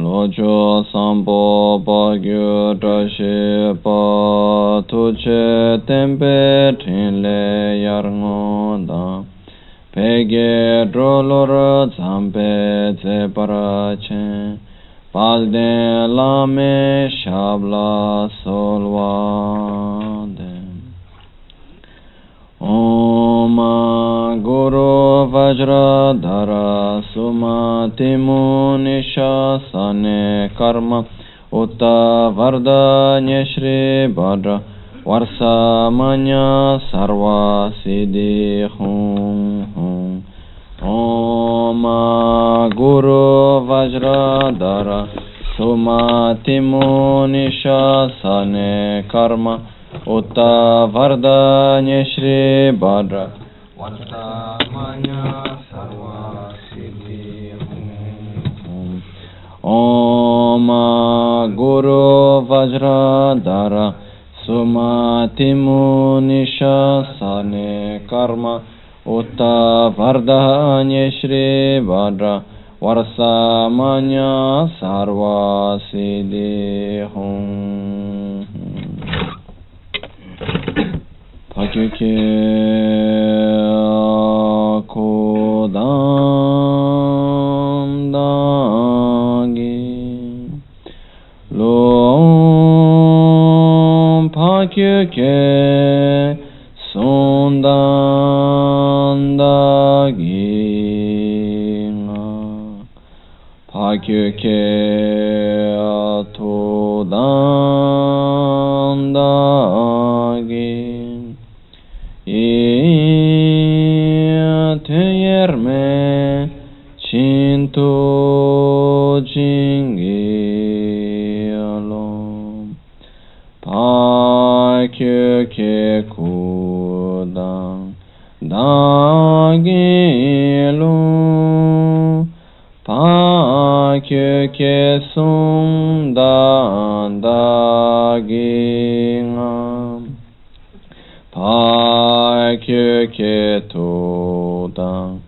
Lojo sampo pagyu trashi pa tuche tempe trinle yarngonda pege drolor zampe ze parache palde lame shabla solvade Om Guru Vajradhara Sumati Munisha Sane Karma Utta Vardanya Shri Bhadra Varsa Manya Sarva Siddhi Hum Hum Om Guru Vajradhara Sumati Munisha Sane Karma Utta Vardanya Shri Bhadra Varsa Manya Sarva Siddhi Om Guru Vajradhara Sumati Munisha Sane Karma Utta Vardanya Shri Bhadra Varsa Manya Sarva Siddhi Pakyukye kodam dangi Lom pakyukye sondandagi Pakyukye atodandagi Teyerme cinto jingialom Pakyukye kudang dagilum Pakyukye sundandagingam Pakyukye todang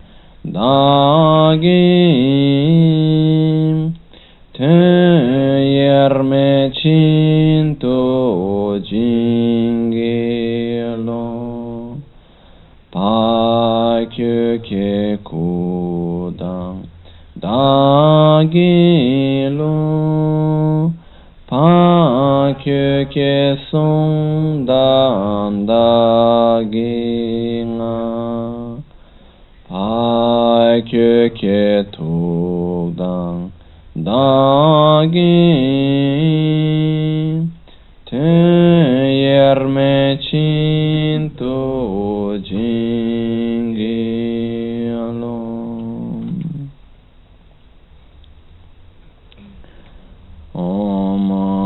dagim Teyerme cinto jingilo Pakyukye kudang dagilo Pakyukye sundandagingam Pakyukye todang dagim Teyerme cinto jingialom Om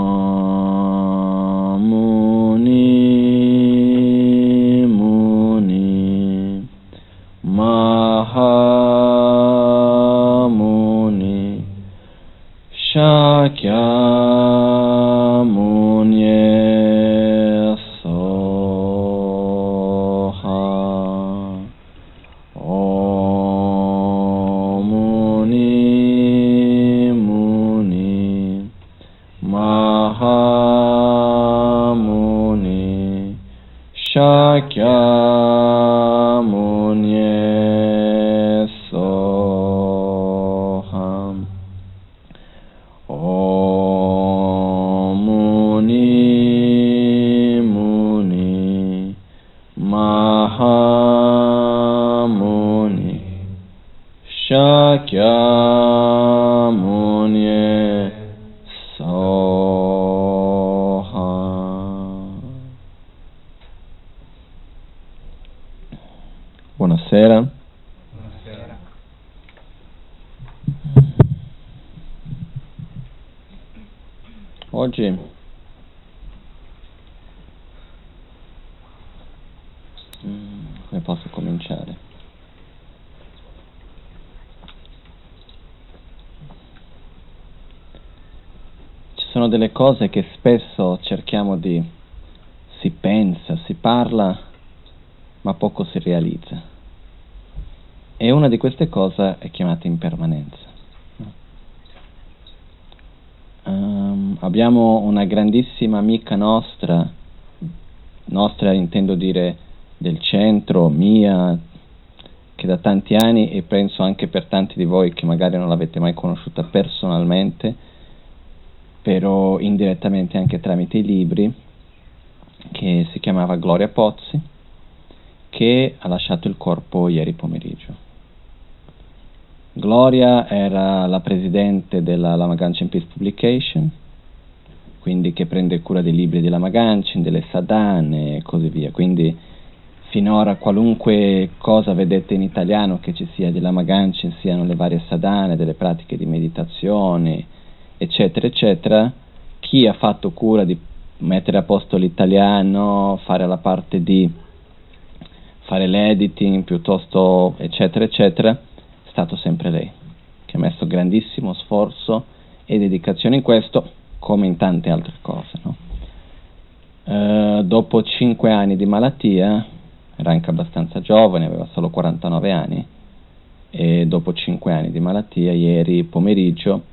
Muni Muni Mahamuni Shakyamuni Soha Om Muni Muni Mahamuni Shakyamuni Soham Om Muni Muni Mahamuni Shakyamuni Soham. Buonasera. Buonasera. Oggi come posso cominciare? Ci sono delle cose che spesso cerchiamo si pensa, si parla, ma poco si realizza. E una di queste cose è chiamata impermanenza. abbiamo una grandissima amica nostra intendo dire del centro, mia, che da tanti anni, e penso anche per tanti di voi che magari non l'avete mai conosciuta personalmente, però indirettamente anche tramite i libri, che si chiamava Gloria Pozzi, che ha lasciato il corpo ieri pomeriggio. Gloria era la presidente della Lama Ganchen Peace Publication, quindi che prende cura dei libri di Lama Ganchen, delle sadhane e così via. Quindi finora qualunque cosa vedete in italiano che ci sia di Lama Ganchen, siano le varie sadhane, delle pratiche di meditazione, eccetera, eccetera, chi ha fatto cura di mettere a posto l'italiano, fare la parte di fare l'editing, piuttosto eccetera, eccetera, è stato sempre lei, che ha messo grandissimo sforzo e dedicazione in questo, come in tante altre cose, no? Dopo 5 anni di malattia, era anche abbastanza giovane, aveva solo 49 anni, e dopo 5 anni di malattia, ieri pomeriggio,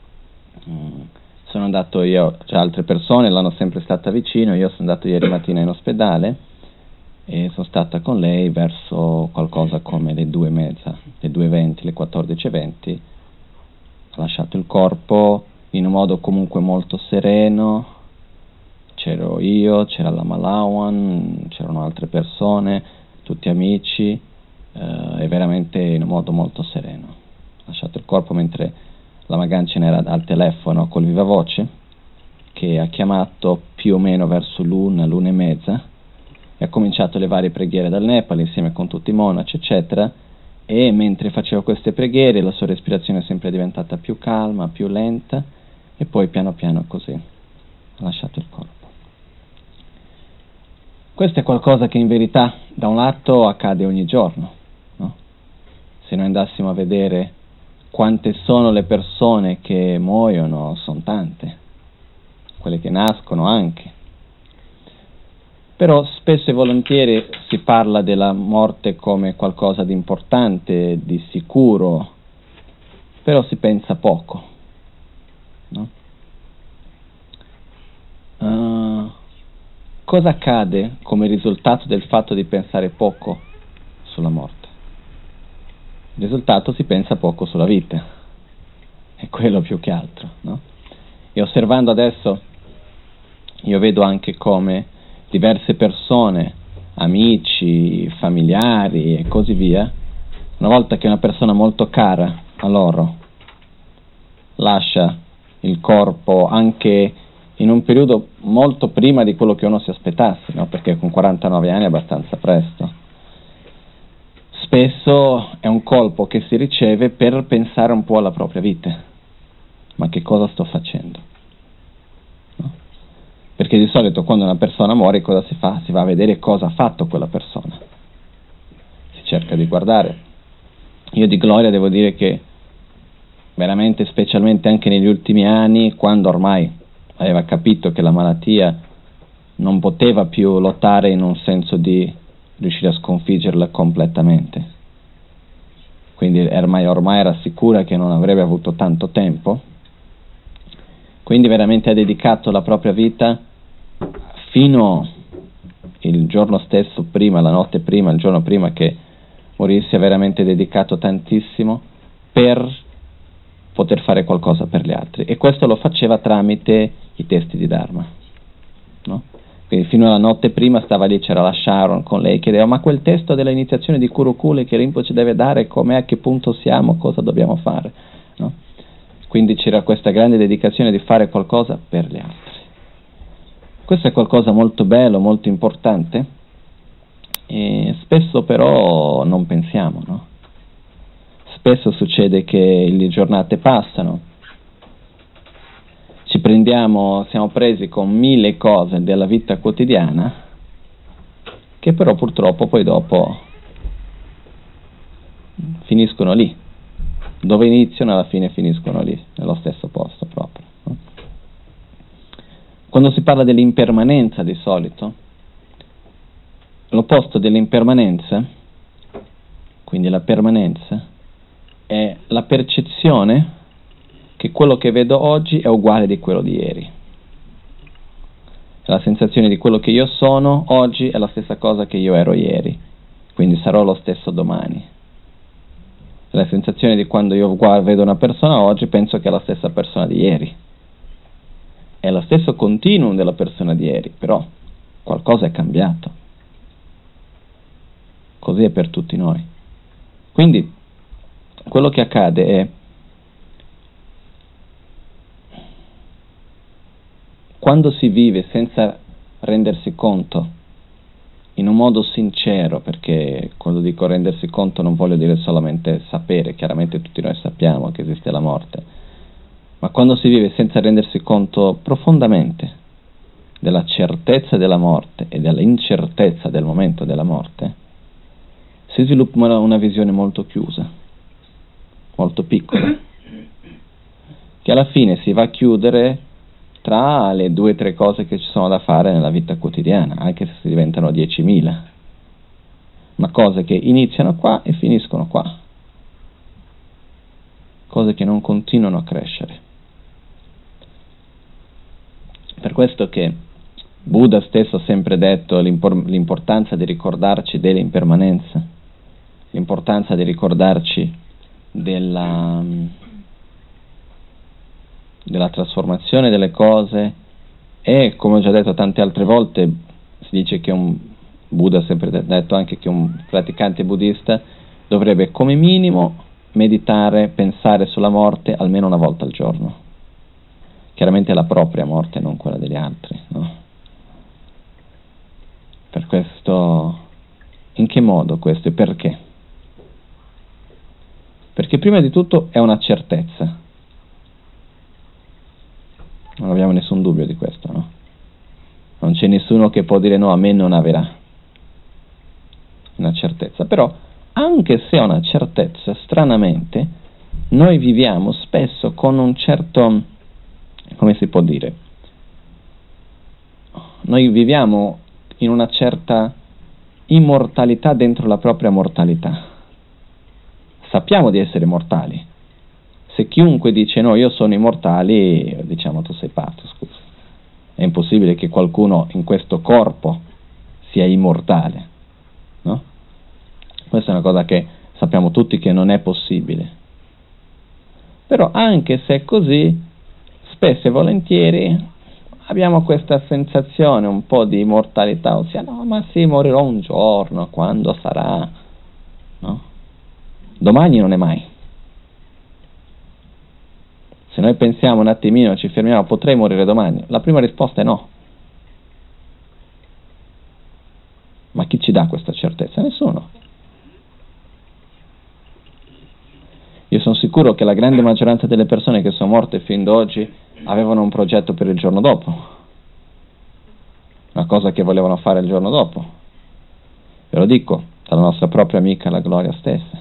sono andato io, cioè altre persone l'hanno sempre stata vicino, io sono andato ieri mattina in ospedale e sono stata con lei verso qualcosa come le 2:30, le 2:20, le 14:20, ha lasciato il corpo in un modo comunque molto sereno. C'ero io, c'era la Malawan, c'erano altre persone, tutti amici, e veramente in un modo molto sereno. Ha lasciato il corpo mentre la Ganchen era al telefono col vivavoce, che ha chiamato più o meno verso l'1:30, e ha cominciato le varie preghiere dal Nepal insieme con tutti i monaci, eccetera, e mentre faceva queste preghiere la sua respirazione è sempre diventata più calma, più lenta, e poi piano piano così ha lasciato il corpo. Questo è qualcosa che in verità da un lato accade ogni giorno, no? Se noi andassimo a vedere quante sono le persone che muoiono, sono tante, quelle che nascono anche. Però spesso e volentieri si parla della morte come qualcosa di importante, di sicuro, però si pensa poco, no? Cosa accade come risultato del fatto di pensare poco sulla morte? Il risultato, si pensa poco sulla vita, è quello più che altro, no? E osservando adesso, io vedo anche come diverse persone, amici, familiari e così via, una volta che una persona molto cara a loro lascia il corpo anche in un periodo molto prima di quello che uno si aspettasse, no? Perché con 49 anni è abbastanza presto. Spesso è un colpo che si riceve per pensare un po' alla propria vita. Ma che cosa sto facendo? No? Perché di solito quando una persona muore cosa si fa? Si va a vedere cosa ha fatto quella persona. Si cerca di guardare. Io di Gloria devo dire che veramente, specialmente anche negli ultimi anni, quando ormai aveva capito che la malattia non poteva più lottare in un senso di riuscire a sconfiggerla completamente, quindi ormai era sicura che non avrebbe avuto tanto tempo, quindi veramente ha dedicato la propria vita fino il giorno stesso prima, la notte prima, il giorno prima che morisse, ha veramente dedicato tantissimo per poter fare qualcosa per gli altri, e questo lo faceva tramite i testi di Dharma, no? Quindi fino alla notte prima stava lì, c'era la Sharon con lei, chiedeva: ma quel testo dell'iniziazione di Kurukul che Rinpoche deve dare, com'è, a che punto siamo, cosa dobbiamo fare, no? Quindi c'era questa grande dedicazione di fare qualcosa per gli altri. Questo è qualcosa molto bello, molto importante, e spesso però non pensiamo, no? Spesso succede che le giornate passano, siamo presi con 1000 cose della vita quotidiana, che però purtroppo poi dopo finiscono lì, dove iniziano alla fine finiscono lì, nello stesso posto proprio, no? Quando si parla dell'impermanenza, di solito l'opposto dell'impermanenza, quindi la permanenza, è la percezione che quello che vedo oggi è uguale di quello di ieri. La sensazione di quello che io sono oggi è la stessa cosa che io ero ieri, quindi sarò lo stesso domani. La sensazione di quando io vedo una persona oggi penso che è la stessa persona di ieri. È lo stesso continuum della persona di ieri, però qualcosa è cambiato. Così è per tutti noi. Quindi quello che accade è quando si vive senza rendersi conto, in un modo sincero, perché quando dico rendersi conto non voglio dire solamente sapere, chiaramente tutti noi sappiamo che esiste la morte, ma quando si vive senza rendersi conto profondamente della certezza della morte e dell'incertezza del momento della morte, si sviluppa una visione molto chiusa, molto piccola, che alla fine si va a chiudere tra le 2 o 3 cose che ci sono da fare nella vita quotidiana, anche se si diventano 10.000, ma cose che iniziano qua e finiscono qua, cose che non continuano a crescere. Per questo che Buddha stesso ha sempre detto l'importanza di ricordarci dell'impermanenza, l'importanza di ricordarci della trasformazione delle cose, e come ho già detto tante altre volte, si dice che Buddha ha sempre detto anche che un praticante buddista dovrebbe come minimo meditare, pensare sulla morte almeno una volta al giorno, chiaramente la propria morte, non quella degli altri, no? Per questo, in che modo questo e perché? Perché prima di tutto è una certezza. Non abbiamo nessun dubbio di questo, no? Non c'è nessuno che può dire no, a me non avverrà. Una certezza. Però, anche se è una certezza, stranamente, noi viviamo spesso con un certo, come si può dire? Noi viviamo in una certa immortalità dentro la propria mortalità. Sappiamo di essere mortali. Se chiunque dice no, io sono immortale, diciamo tu sei pazzo, scusa. È impossibile che qualcuno in questo corpo sia immortale, no? Questa è una cosa che sappiamo tutti che non è possibile. Però anche se è così, spesso e volentieri abbiamo questa sensazione un po' di immortalità, ossia no, ma sì, morirò un giorno, quando sarà, no? Domani non è mai. Se noi pensiamo un attimino, ci fermiamo, potrei morire domani? La prima risposta è no. Ma chi ci dà questa certezza? Nessuno. Io sono sicuro che la grande maggioranza delle persone che sono morte fin da oggi avevano un progetto per il giorno dopo, una cosa che volevano fare il giorno dopo. Ve lo dico, dalla nostra propria amica la Gloria stessa.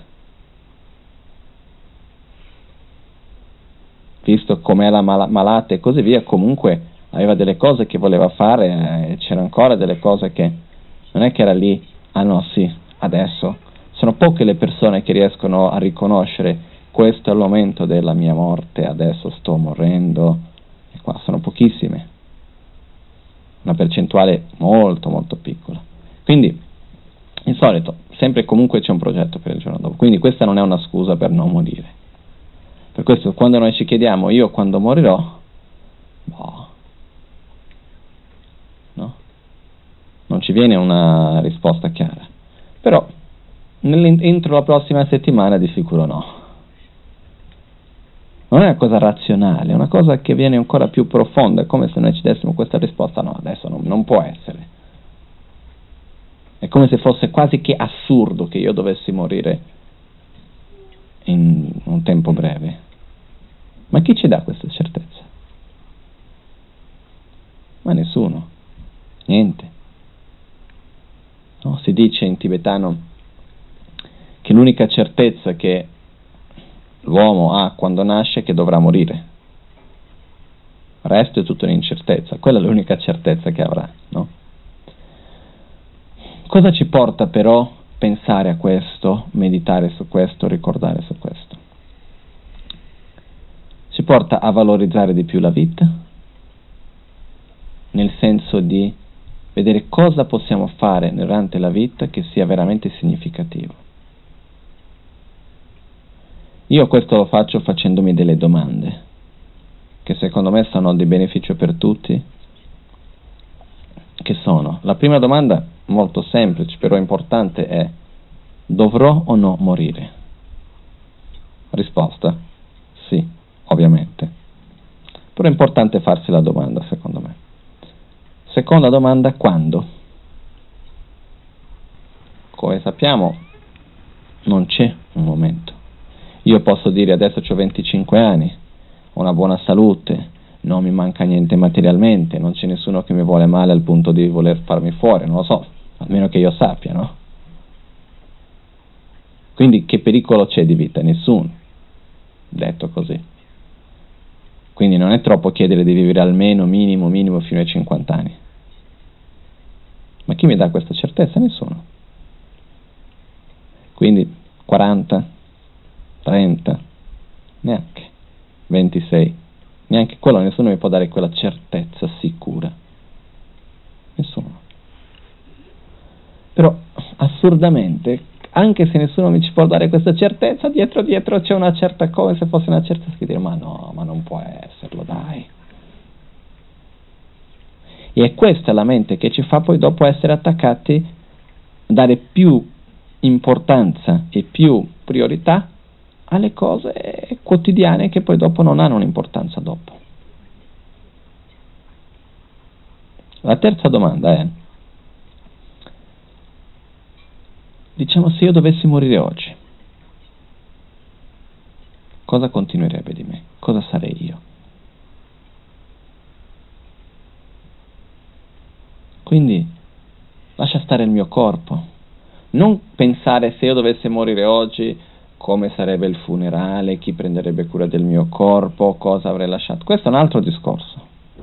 Visto com'era malata e così via, comunque aveva delle cose che voleva fare, e c'era ancora delle cose che non è che era lì, ah no sì, adesso. Sono poche le persone che riescono a riconoscere questo è il momento della mia morte, adesso sto morendo, e qua sono pochissime, una percentuale molto molto piccola. Quindi, in solito, sempre e comunque c'è un progetto per il giorno dopo, quindi questa non è una scusa per non morire. Per questo quando noi ci chiediamo io quando morirò, no? Non ci viene una risposta chiara. Però entro la prossima settimana di sicuro no. Non è una cosa razionale, è una cosa che viene ancora più profonda, è come se noi ci dessimo questa risposta, no, adesso non può essere. È come se fosse quasi che assurdo che io dovessi morire in un tempo breve. Ma chi ci dà questa certezza? Ma nessuno. Niente. No, si dice in tibetano che l'unica certezza che l'uomo ha quando nasce è che dovrà morire. Il resto è tutta un'incertezza. Quella è l'unica certezza che avrà, no? Cosa ci porta però pensare a questo, meditare su questo, ricordare su questo? Ci porta a valorizzare di più la vita, nel senso di vedere cosa possiamo fare durante la vita che sia veramente significativo. Io questo lo faccio facendomi delle domande, che secondo me sono di beneficio per tutti, che sono: la prima domanda, molto semplice però importante, è: dovrò o no morire? Risposta: sì, ovviamente. Però è importante farsi la domanda, secondo me. Seconda domanda: quando? Come sappiamo, non c'è un momento. Io posso dire: adesso ho 25 anni, ho una buona salute, non mi manca niente materialmente, non c'è nessuno che mi vuole male al punto di voler farmi fuori, non lo so, almeno che io sappia, no? Quindi che pericolo c'è di vita? Nessuno, detto così. Quindi non è troppo chiedere di vivere almeno, minimo fino ai 50 anni. Ma chi mi dà questa certezza? Nessuno. Quindi 40, 30, neanche 26, neanche quello, nessuno mi può dare quella certezza sicura. Nessuno. Però assurdamente, anche se nessuno mi ci può dare questa certezza, dietro c'è una certa cosa, se fosse una certezza, che dire: ma no, ma non può esserlo, dai. E è questa la mente che ci fa poi dopo essere attaccati, dare più importanza e più priorità alle cose quotidiane che poi dopo non hanno un'importanza dopo. La terza domanda è: diciamo, se io dovessi morire oggi, cosa continuerebbe di me? Cosa sarei io? Quindi lascia stare il mio corpo. Non pensare: se io dovessi morire oggi, come sarebbe il funerale, chi prenderebbe cura del mio corpo, cosa avrei lasciato. Questo è un altro discorso.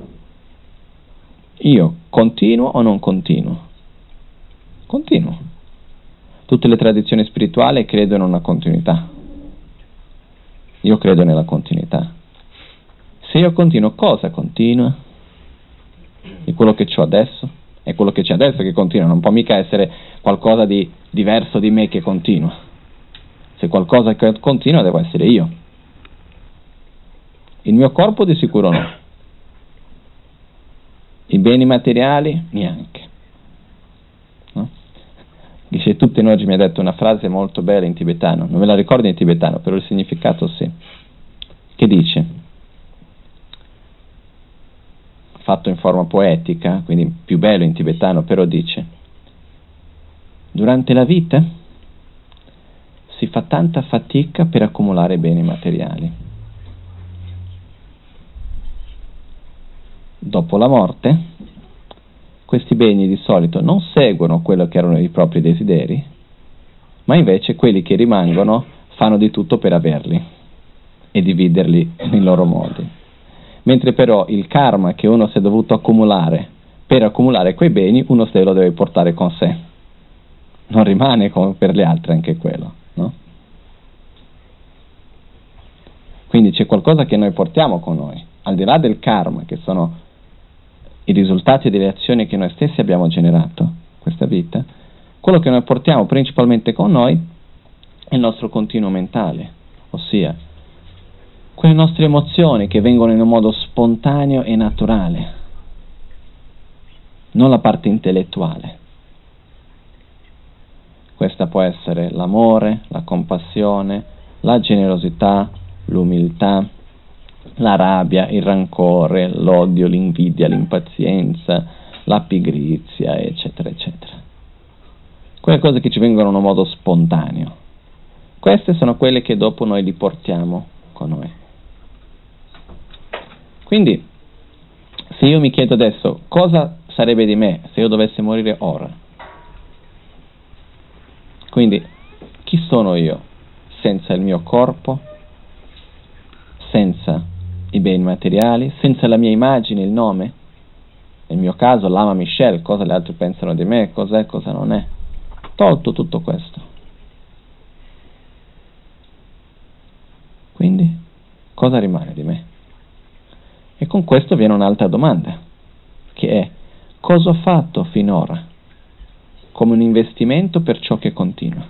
Io continuo o non continuo? Continuo. Tutte le tradizioni spirituali credono in una continuità. Io credo nella continuità. Se io continuo, cosa continua? Di quello che ho adesso? È quello che c'è adesso che continua, non può mica essere qualcosa di diverso di me che continua. Se qualcosa che continua, devo essere io. Il mio corpo di sicuro no. I beni materiali neanche. No? Dice Thupten oggi mi ha detto una frase molto bella in tibetano, non me la ricordo in tibetano, però il significato sì, che dice, fatto in forma poetica, quindi più bello in tibetano, però dice: durante la vita si fa tanta fatica per accumulare beni materiali. Dopo la morte, questi beni di solito non seguono quello che erano i propri desideri, ma invece quelli che rimangono fanno di tutto per averli e dividerli nei loro modi. Mentre però il karma che uno si è dovuto accumulare per accumulare quei beni, uno se lo deve portare con sé. Non rimane come per gli altri anche quello, no? Quindi c'è qualcosa che noi portiamo con noi, al di là del karma, che sono i risultati delle azioni che noi stessi abbiamo generato questa vita. Quello che noi portiamo principalmente con noi è il nostro continuo mentale, ossia quelle nostre emozioni che vengono in un modo spontaneo e naturale, non la parte intellettuale. Questa può essere l'amore, la compassione, la generosità, l'umiltà, la rabbia, il rancore, l'odio, l'invidia, l'impazienza, la pigrizia, eccetera, eccetera. Quelle cose che ci vengono in un modo spontaneo. Queste sono quelle che dopo noi li portiamo con noi. Quindi, se io mi chiedo adesso cosa sarebbe di me se io dovessi morire ora, quindi chi sono io senza il mio corpo, senza i beni materiali, senza la mia immagine, il nome? Nel mio caso l'ama Michelle, cosa gli altri pensano di me, cos'è, cosa non è. Tolto tutto questo. Quindi, cosa rimane di me? E con questo viene un'altra domanda, che è: cosa ho fatto finora come un investimento per ciò che continua?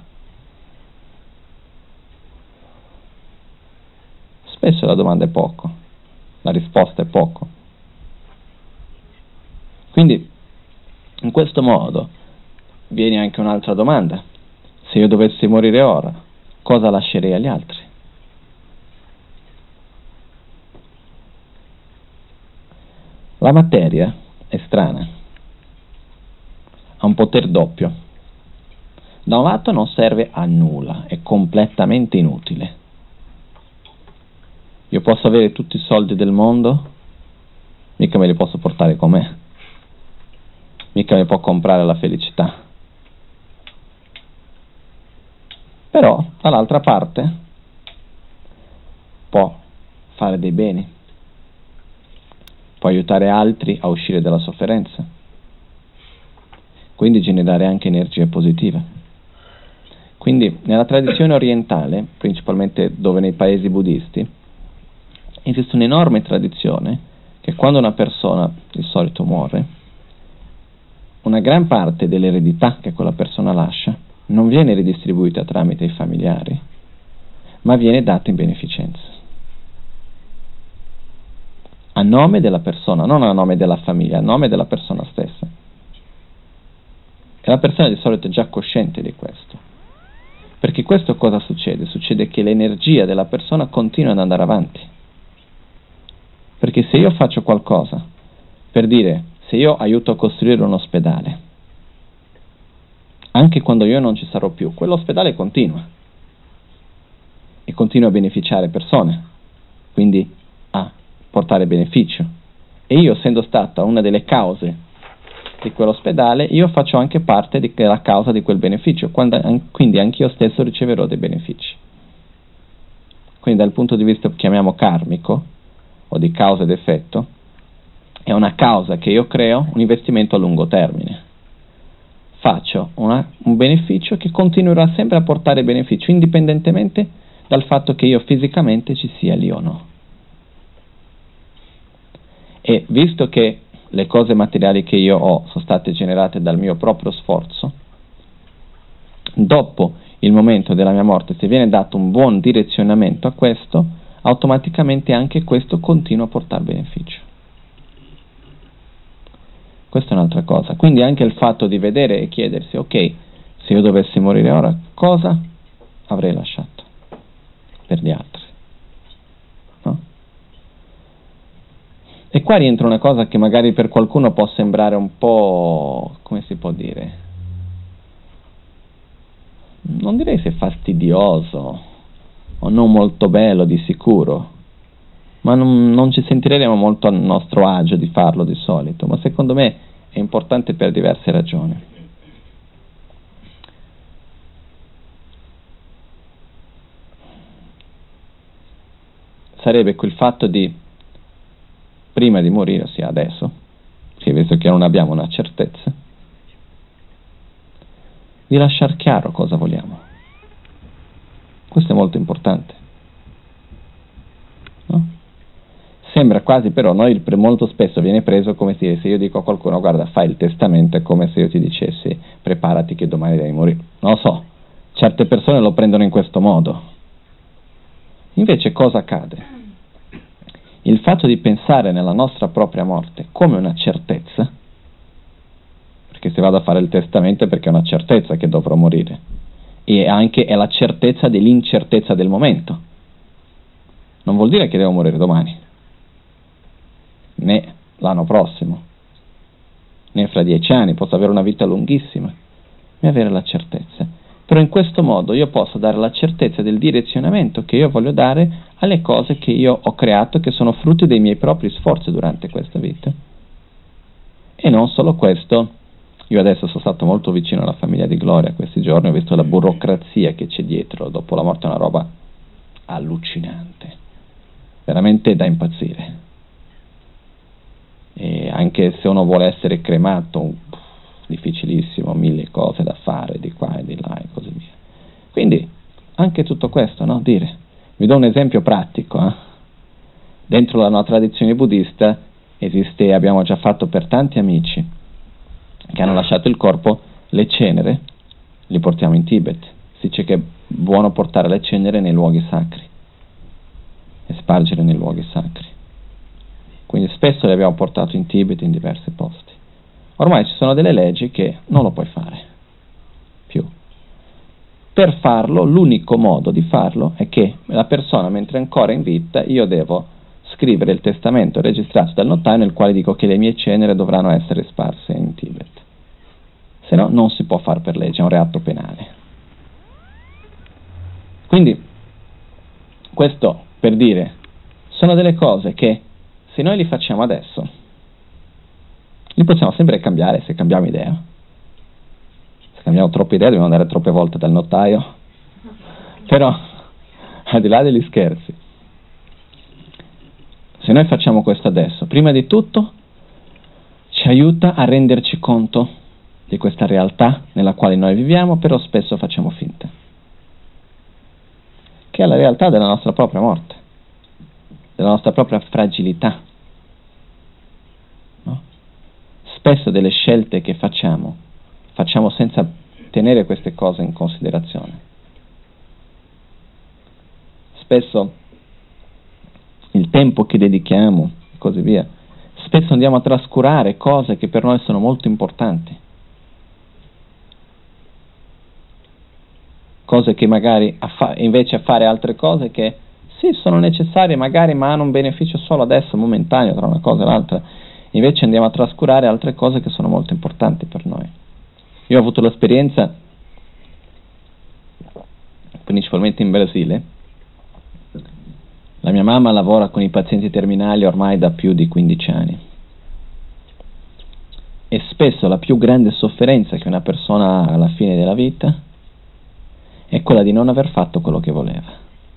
Spesso la domanda è poco, la risposta è poco. Quindi in questo modo viene anche un'altra domanda: se io dovessi morire ora, cosa lascerei agli altri? La materia è strana, ha un potere doppio. Da un lato non serve a nulla, è completamente inutile. Io posso avere tutti i soldi del mondo, mica me li posso portare con me, mica mi può comprare la felicità. Però dall'altra parte può fare dei beni, può aiutare altri a uscire dalla sofferenza, quindi generare anche energie positive. Quindi nella tradizione orientale, principalmente dove nei paesi buddisti, esiste un'enorme tradizione che quando una persona di solito muore, una gran parte dell'eredità che quella persona lascia non viene ridistribuita tramite i familiari, ma viene data in beneficenza. A nome della persona, non a nome della famiglia, a nome della persona stessa. E la persona di solito è già cosciente di questo. Perché questo cosa succede? Succede che l'energia della persona continua ad andare avanti. Perché se io faccio qualcosa, per dire, se io aiuto a costruire un ospedale, anche quando io non ci sarò più, quell'ospedale continua. E continua a beneficiare persone, quindi a portare beneficio. E io, essendo stata una delle cause di quell'ospedale, io faccio anche parte della causa di quel beneficio, quindi anch'io stesso riceverò dei benefici. Quindi dal punto di vista, chiamiamo karmico, o di causa ed effetto, è una causa che io creo, un investimento a lungo termine. Faccio un beneficio che continuerà sempre a portare beneficio, indipendentemente dal fatto che io fisicamente ci sia lì o no. E visto che le cose materiali che io ho sono state generate dal mio proprio sforzo, dopo il momento della mia morte, se viene dato un buon direzionamento a questo, automaticamente anche questo continua a portare beneficio. Questa è un'altra cosa. Quindi anche il fatto di vedere e chiedersi: ok, se io dovessi morire ora, cosa avrei lasciato per gli altri? No? E qua rientra una cosa che magari per qualcuno può sembrare un po', come si può dire, non direi se fastidioso o non molto bello di sicuro, ma non ci sentiremo molto a nostro agio di farlo di solito, ma secondo me è importante per diverse ragioni. Sarebbe quel fatto di, prima di morire, ossia adesso, che visto che non abbiamo una certezza, di lasciar chiaro cosa vogliamo. Questo è molto importante. No? Sembra quasi, però noi molto spesso viene preso come se io dico a qualcuno: guarda, fai il testamento, è come se io ti dicessi: preparati che domani devi morire. Non lo so, certe persone lo prendono in questo modo. Invece cosa accade? Il fatto di pensare nella nostra propria morte come una certezza, perché se vado a fare il testamento è perché è una certezza che dovrò morire, e anche è la certezza dell'incertezza del momento. Non vuol dire che devo morire domani, né l'anno prossimo, né fra 10 anni, posso avere una vita lunghissima, e avere la certezza. Però in questo modo io posso dare la certezza del direzionamento che io voglio dare alle cose che io ho creato, che sono frutti dei miei propri sforzi durante questa vita. E non solo questo, io adesso sono stato molto vicino alla famiglia di Gloria questi giorni, ho visto la burocrazia che c'è dietro, dopo la morte è una roba allucinante, veramente da impazzire. E anche se uno vuole essere cremato, difficilissimo, 1000 cose da fare di qua e di là e così via. Quindi anche tutto questo, no? Dire, vi do un esempio pratico, dentro la tradizione buddista esiste, abbiamo già fatto per tanti amici che hanno lasciato il corpo, le ceneri li portiamo in Tibet. Si dice che è buono portare le ceneri nei luoghi sacri e spargere nei luoghi sacri. Quindi spesso le abbiamo portato in Tibet, in diversi posti. Ormai ci sono delle leggi che non lo puoi fare più. Per farlo, l'unico modo di farlo è che la persona, mentre è ancora in vita, io devo scrivere il testamento registrato dal notaio nel quale dico che le mie ceneri dovranno essere sparse in Tibet. Se no non si può fare per legge, è un reato penale. Quindi questo per dire, sono delle cose che se noi li facciamo adesso li possiamo sempre cambiare se cambiamo idea. Se cambiamo troppe idee dobbiamo andare troppe volte dal notaio. Però al di là degli scherzi, se noi facciamo questo adesso, prima di tutto ci aiuta a renderci conto di questa realtà nella quale noi viviamo, però spesso facciamo finta, che è la realtà della nostra propria morte, della nostra propria fragilità, no? Spesso delle scelte che facciamo senza tenere queste cose in considerazione. Spesso il tempo che dedichiamo e così via, spesso andiamo a trascurare cose che per noi sono molto importanti, cose che magari invece a fare altre cose che sì sono necessarie magari ma hanno un beneficio solo adesso, momentaneo, tra una cosa e l'altra, invece andiamo a trascurare altre cose che sono molto importanti per noi. Io ho avuto l'esperienza principalmente in Brasile. La mia mamma lavora con i pazienti terminali ormai da più di 15 anni e spesso la più grande sofferenza che una persona ha alla fine della vita è quella di non aver fatto quello che voleva.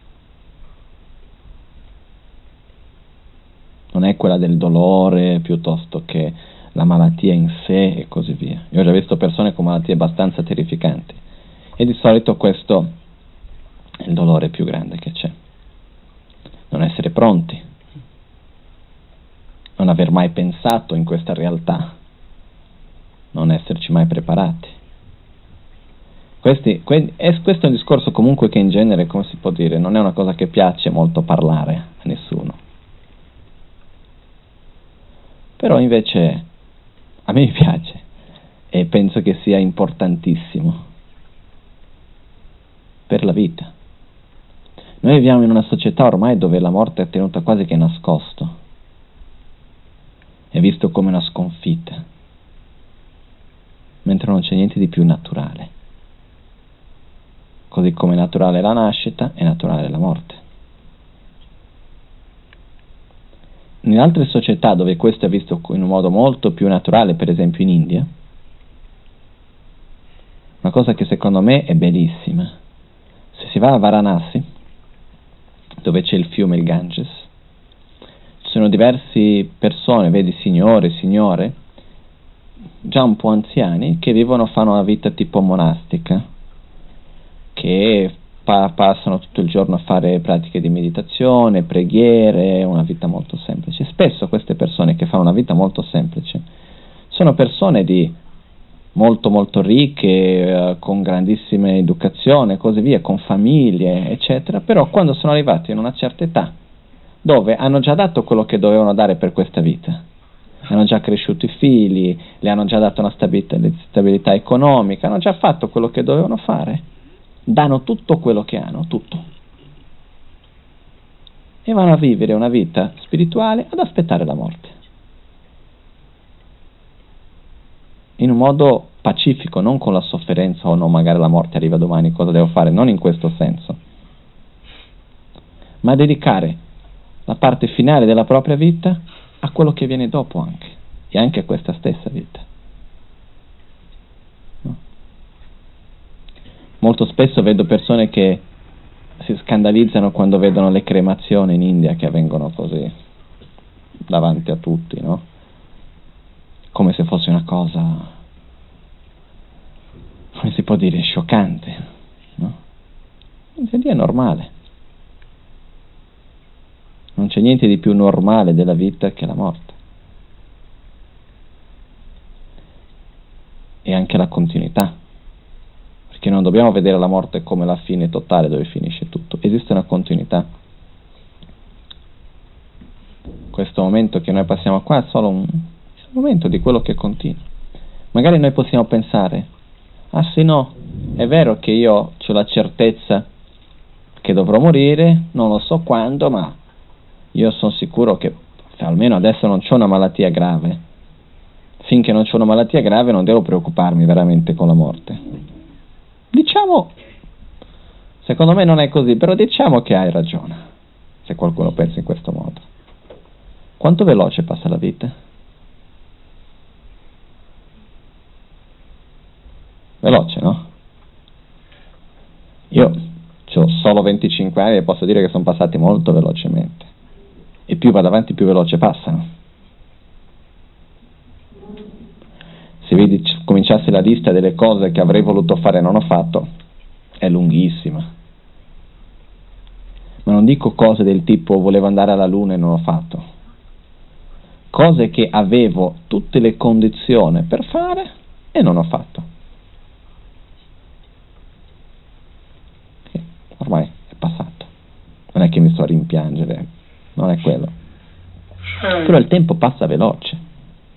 Non è quella del dolore piuttosto che la malattia in sé e così via. Io ho già visto persone con malattie abbastanza terrificanti e di solito questo è il dolore più grande che c'è. Non essere pronti, non aver mai pensato in questa realtà, non esserci mai preparati. Questo è un discorso comunque che in genere, come si può dire, non è una cosa che piace molto parlare a nessuno. Però invece a me piace e penso che sia importantissimo per la vita. Noi viviamo in una società ormai dove la morte è tenuta quasi che nascosto, è visto come una sconfitta, mentre non c'è niente di più naturale. Così come naturale è la nascita, è naturale la morte. In altre società dove questo è visto in un modo molto più naturale, per esempio in India, una cosa che secondo me è bellissima, se si va a Varanasi, dove c'è il fiume, il Ganges, ci sono diverse persone, vedi signore, signore, già un po' anziani, che fanno una vita tipo monastica, che passano tutto il giorno a fare pratiche di meditazione, preghiere, una vita molto semplice. Spesso queste persone che fanno una vita molto semplice sono persone di molto molto ricche, con grandissima educazione, così via, con famiglie, eccetera, però quando sono arrivati in una certa età, dove hanno già dato quello che dovevano dare per questa vita, hanno già cresciuto i figli, le hanno già dato una stabilità economica, hanno già fatto quello che dovevano fare, danno tutto quello che hanno, tutto, e vanno a vivere una vita spirituale ad aspettare la morte, in un modo pacifico, non con la sofferenza o no, magari la morte arriva domani, cosa devo fare, non in questo senso, ma dedicare la parte finale della propria vita a quello che viene dopo anche, e anche a questa stessa vita. No? Molto spesso vedo persone che si scandalizzano quando vedono le cremazioni in India che avvengono così davanti a tutti, no? Come se fosse una cosa, come si può dire, scioccante, no? In India è normale. Non c'è niente di più normale della vita che la morte. e anche la continuità, perché non dobbiamo vedere la morte come la fine totale dove finisce tutto, esiste una continuità. Questo momento che noi passiamo qua è solo un momento di quello che continua. Magari noi possiamo pensare, ah sì no, è vero che io ho la certezza che dovrò morire, non lo so quando, ma io sono sicuro che almeno adesso non c'ho una malattia grave. Finché non c'ho una malattia grave non devo preoccuparmi veramente con la morte. Diciamo, secondo me non è così, però diciamo che hai ragione, se qualcuno pensa in questo modo. Quanto veloce passa la vita? Veloce, no? Io ho solo 25 anni e posso dire che sono passati molto velocemente. E più vado avanti più veloce passano. Se cominciassi la lista delle cose che avrei voluto fare e non ho fatto, è lunghissima. Ma non dico cose del tipo volevo andare alla luna e non ho fatto. Cose che avevo tutte le condizioni per fare e non ho fatto. Ormai è passato. Non è che mi sto a rimpiangere, non è quello. Però il tempo passa veloce.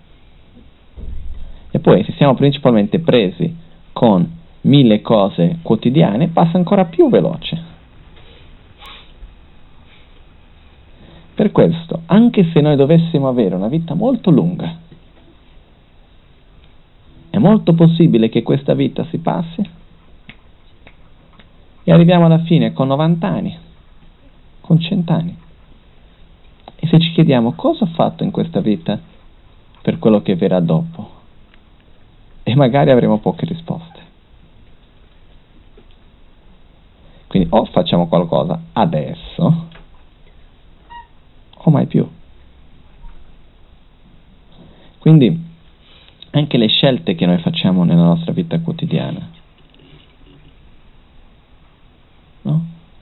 E poi se siamo principalmente presi con 1000 cose quotidiane, passa ancora più veloce. Per questo, anche se noi dovessimo avere una vita molto lunga, è molto possibile che questa vita si passi e arriviamo alla fine con 90 anni, con 100 anni. E se ci chiediamo cosa ho fatto in questa vita per quello che verrà dopo, e magari avremo poche risposte. Quindi o facciamo qualcosa adesso o mai più. Quindi anche le scelte che noi facciamo nella nostra vita quotidiana, no?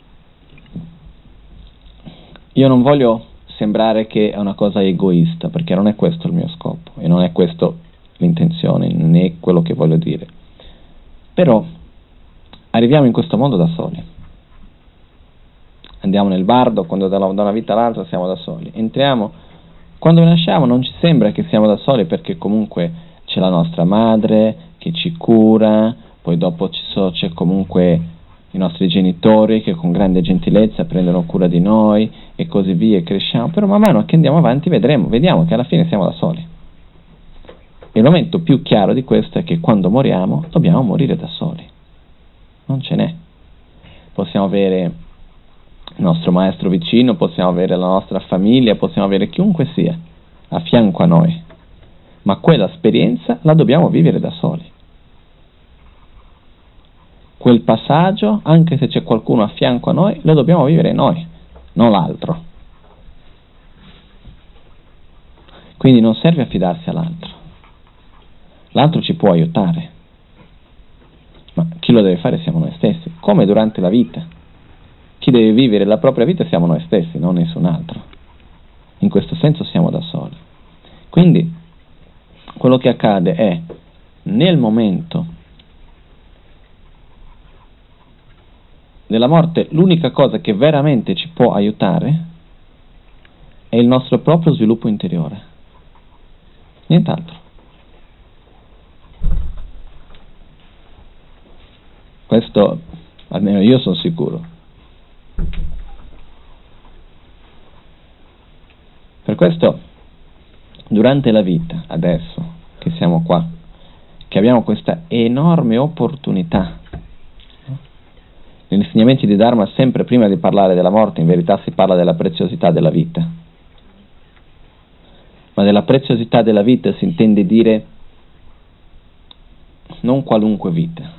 Io non voglio sembrare che è una cosa egoista, perché non è questo il mio scopo e non è questo l'intenzione né quello che voglio dire. Però arriviamo in questo mondo da soli. Andiamo nel bardo, quando da una vita all'altra siamo da soli. Entriamo, quando nasciamo non ci sembra che siamo da soli, perché comunque c'è la nostra madre che ci cura, poi dopo c'è comunque i nostri genitori che con grande gentilezza prendono cura di noi e così via, e cresciamo. Però man mano che andiamo avanti vediamo che alla fine siamo da soli. Il momento più chiaro di questo è che quando moriamo dobbiamo morire da soli, non ce n'è. Possiamo avere il nostro maestro vicino, possiamo avere la nostra famiglia, possiamo avere chiunque sia a fianco a noi, ma quella esperienza la dobbiamo vivere da soli. Quel passaggio, anche se c'è qualcuno a fianco a noi, lo dobbiamo vivere noi, non l'altro. Quindi non serve affidarsi all'altro. L'altro ci può aiutare, ma chi lo deve fare siamo noi stessi, come durante la vita. Chi deve vivere la propria vita siamo noi stessi, non nessun altro. In questo senso siamo da soli. Quindi quello che accade è, nel momento della morte, l'unica cosa che veramente ci può aiutare è il nostro proprio sviluppo interiore, nient'altro. Questo almeno io sono sicuro. Per questo durante la vita, adesso che siamo qua, che abbiamo questa enorme opportunità, negli insegnamenti di Dharma sempre prima di parlare della morte in verità si parla della preziosità della vita, ma della preziosità della vita si intende dire non qualunque vita,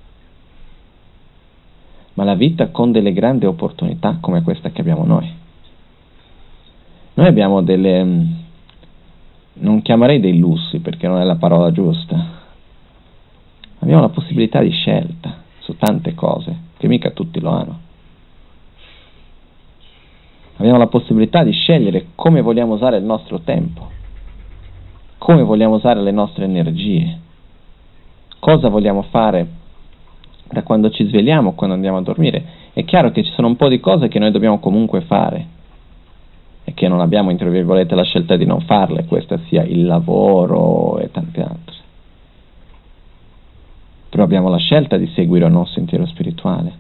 ma la vita con delle grandi opportunità come questa che abbiamo noi. Noi abbiamo delle, non chiamerei dei lussi perché non è la parola giusta, abbiamo la possibilità di scelta su tante cose che mica tutti lo hanno. Abbiamo la possibilità di scegliere come vogliamo usare il nostro tempo, come vogliamo usare le nostre energie. cosa vogliamo fare da quando ci svegliamo a quando andiamo a dormire. È chiaro che ci sono un po' di cose che noi dobbiamo comunque fare e che non abbiamo, tra virgolette, la scelta di non farle, questo sia il lavoro e tante altre. Però abbiamo la scelta di seguire il nostro sentiero spirituale.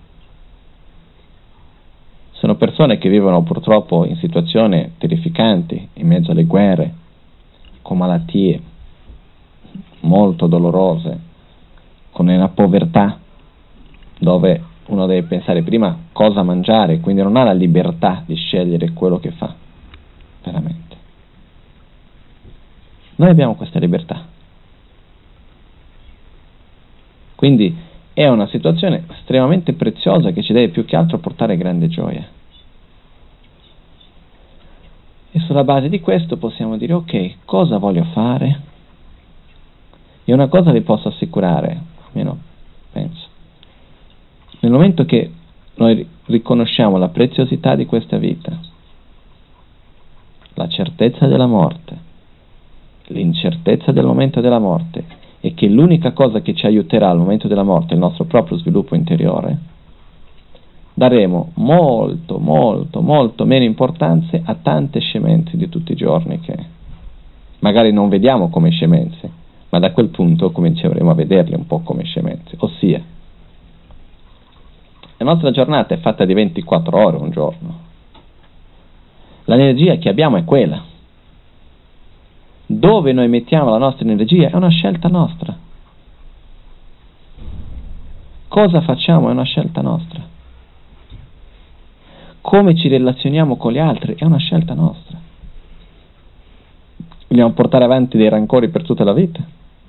Sono persone che vivono purtroppo in situazioni terrificanti, in mezzo alle guerre, con malattie molto dolorose, con una povertà, dove uno deve pensare prima cosa mangiare, quindi non ha la libertà di scegliere quello che fa, veramente. Noi abbiamo questa libertà. Quindi è una situazione estremamente preziosa che ci deve più che altro portare grande gioia. E sulla base di questo possiamo dire, ok, cosa voglio fare? E una cosa vi posso assicurare, almeno penso, nel momento che noi riconosciamo la preziosità di questa vita, la certezza della morte, l'incertezza del momento della morte, e che l'unica cosa che ci aiuterà al momento della morte è il nostro proprio sviluppo interiore, daremo molto, molto, molto meno importanza a tante scemenze di tutti i giorni che magari non vediamo come scemenze, ma da quel punto cominceremo a vederle un po' come scemenze, ossia la nostra giornata è fatta di 24 ore un giorno, l'energia che abbiamo è quella. Dove noi mettiamo la nostra energia è una scelta nostra. Cosa facciamo è una scelta nostra. Come ci relazioniamo con gli altri è una scelta nostra. Vogliamo portare avanti dei rancori per tutta la vita?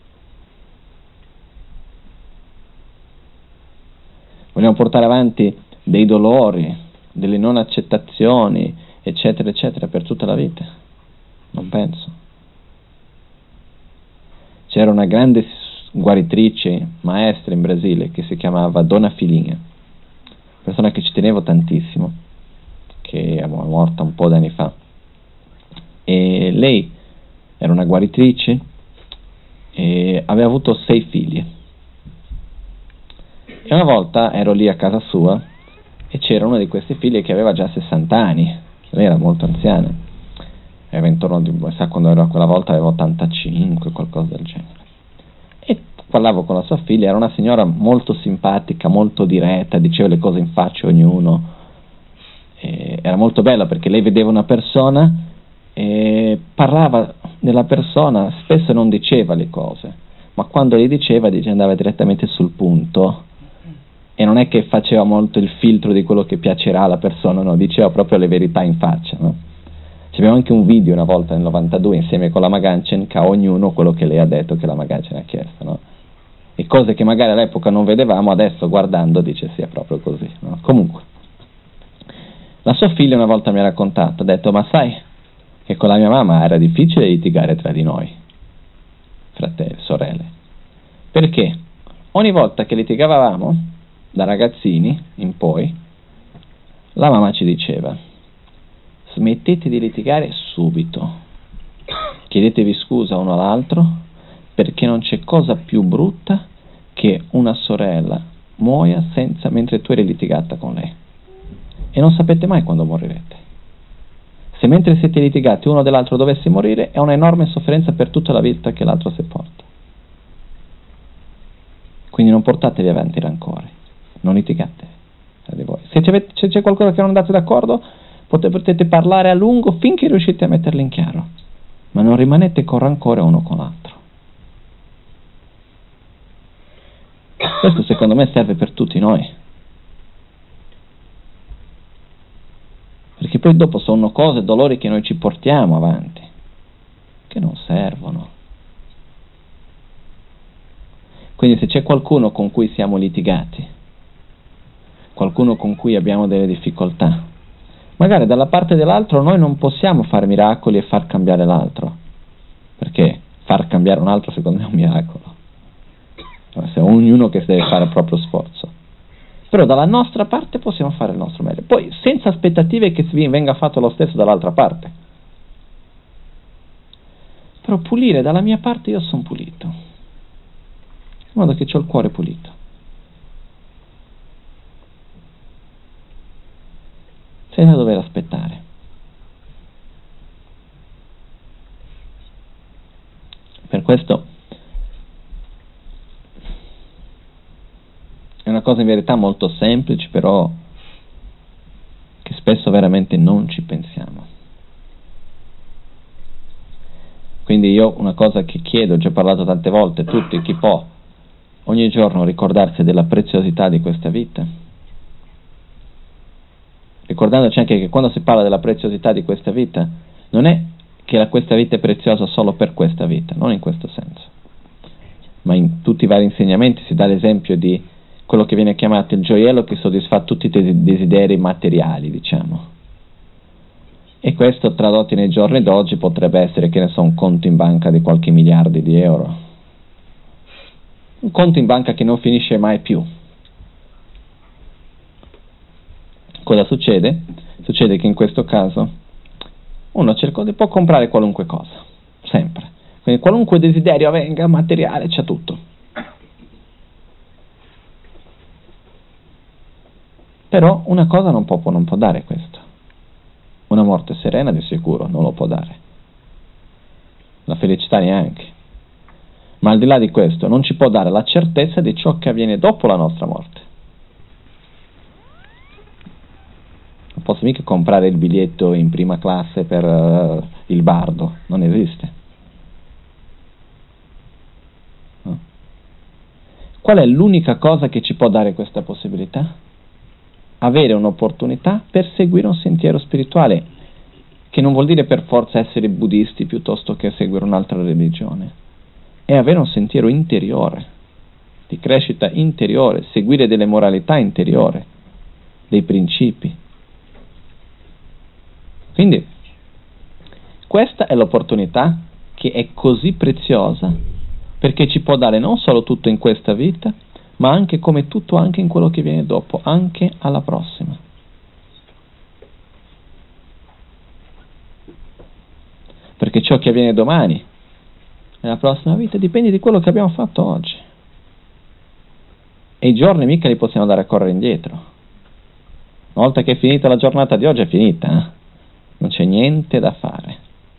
Vogliamo portare avanti dei dolori, delle non accettazioni, eccetera, eccetera, per tutta la vita? Non penso. C'era una grande guaritrice, maestra in Brasile, che si chiamava Dona Filinha, persona che ci tenevo tantissimo, che è morta un po' d'anni fa. E lei era una guaritrice e aveva avuto 6 figli. E una volta ero lì a casa sua e c'era una di queste figlie che aveva già 60 anni, lei era molto anziana. Aveva intorno di, sa, quando ero quella volta aveva 85, qualcosa del genere. E parlavo con la sua figlia, era una signora molto simpatica, molto diretta, diceva le cose in faccia a ognuno. E era molto bella perché lei vedeva una persona e parlava della persona, spesso non diceva le cose, ma quando le diceva andava direttamente sul punto e non è che faceva molto il filtro di quello che piacerà alla persona, no, diceva proprio le verità in faccia, no? Abbiamo anche un video una volta nel 92 insieme con la Maganchen che a ognuno quello che lei ha detto che la Maganchen ha chiesto, no? E cose che magari all'epoca non vedevamo, adesso guardando dice sì, è proprio così, no? Comunque la sua figlia una volta mi ha raccontato, ha detto, ma sai che con la mia mamma era difficile litigare tra di noi, fratelli, sorelle, perché ogni volta che litigavamo da ragazzini in poi la mamma ci diceva, smettete di litigare subito, chiedetevi scusa uno all'altro, perché non c'è cosa più brutta che una sorella muoia mentre tu eri litigata con lei, e non sapete mai quando morirete. Se mentre siete litigati uno dell'altro dovesse morire è un'enorme sofferenza per tutta la vita che l'altro si porta. Quindi non portatevi avanti rancore, non litigate tra di voi. Se c'è qualcosa che non andate d'accordo, potete parlare a lungo finché riuscite a metterli in chiaro, ma non rimanete con rancore uno con l'altro. Questo secondo me serve per tutti noi, perché poi dopo sono cose, dolori che noi ci portiamo avanti, che non servono. Quindi se c'è qualcuno con cui siamo litigati, qualcuno con cui abbiamo delle difficoltà, magari dalla parte dell'altro noi non possiamo fare miracoli e far cambiare l'altro, perché far cambiare un altro secondo me è un miracolo, è ognuno che deve fare il proprio sforzo, però dalla nostra parte possiamo fare il nostro meglio, poi senza aspettative che venga fatto lo stesso dall'altra parte, però pulire dalla mia parte, io sono pulito, modo che ho il cuore pulito. Senza dover aspettare. Per questo è una cosa in verità molto semplice, però che spesso veramente non ci pensiamo. Quindi io una cosa che chiedo, ho già parlato tante volte, tutti, chi può ogni giorno ricordarsi della preziosità di questa vita, ricordandoci anche che quando si parla della preziosità di questa vita non è che questa vita è preziosa solo per questa vita, non in questo senso, ma in tutti i vari insegnamenti si dà l'esempio di quello che viene chiamato il gioiello che soddisfa tutti i desideri materiali, diciamo. E questo tradotto nei giorni d'oggi potrebbe essere, che ne so, un conto in banca di qualche miliardi di euro. Un conto in banca che non finisce mai più. Cosa succede? Succede che in questo caso uno può comprare qualunque cosa, sempre. Quindi qualunque desiderio avvenga, materiale, c'è tutto. Però una cosa non può dare questo. Una morte serena di sicuro non lo può dare. La felicità neanche. Ma al di là di questo non ci può dare la certezza di ciò che avviene dopo la nostra morte. Non posso mica comprare il biglietto in prima classe per il bardo, non esiste. No? Qual è l'unica cosa che ci può dare questa possibilità? Avere un'opportunità per seguire un sentiero spirituale, che non vuol dire per forza essere buddisti piuttosto che seguire un'altra religione, è avere un sentiero interiore, di crescita interiore, seguire delle moralità interiore, dei principi. Quindi questa è l'opportunità che è così preziosa, perché ci può dare non solo tutto in questa vita, ma anche come tutto anche in quello che viene dopo, anche alla prossima. Perché ciò che avviene domani, nella prossima vita, dipende di quello che abbiamo fatto oggi. E i giorni mica li possiamo andare a correre indietro. Una volta che è finita la giornata di oggi è finita, non c'è niente da fare.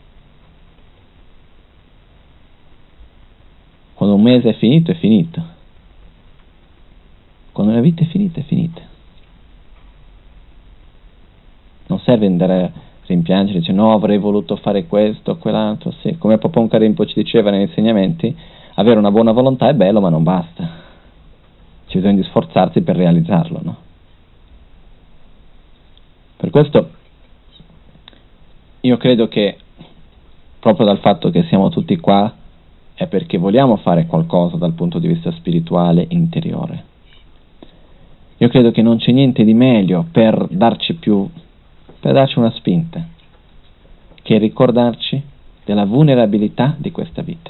Quando un mese è finito, è finito. Quando una vita è finita, è finita. Non serve andare a rimpiangere, dice no, avrei voluto fare questo o quell'altro. Sì, come Paponka Rinpoche ci diceva negli insegnamenti, avere una buona volontà è bello, ma non basta. C'è bisogno di sforzarsi per realizzarlo, no? Per questo io credo che proprio dal fatto che siamo tutti qua è perché vogliamo fare qualcosa dal punto di vista spirituale interiore. Io credo che non c'è niente di meglio per darci una spinta che ricordarci della vulnerabilità di questa vita,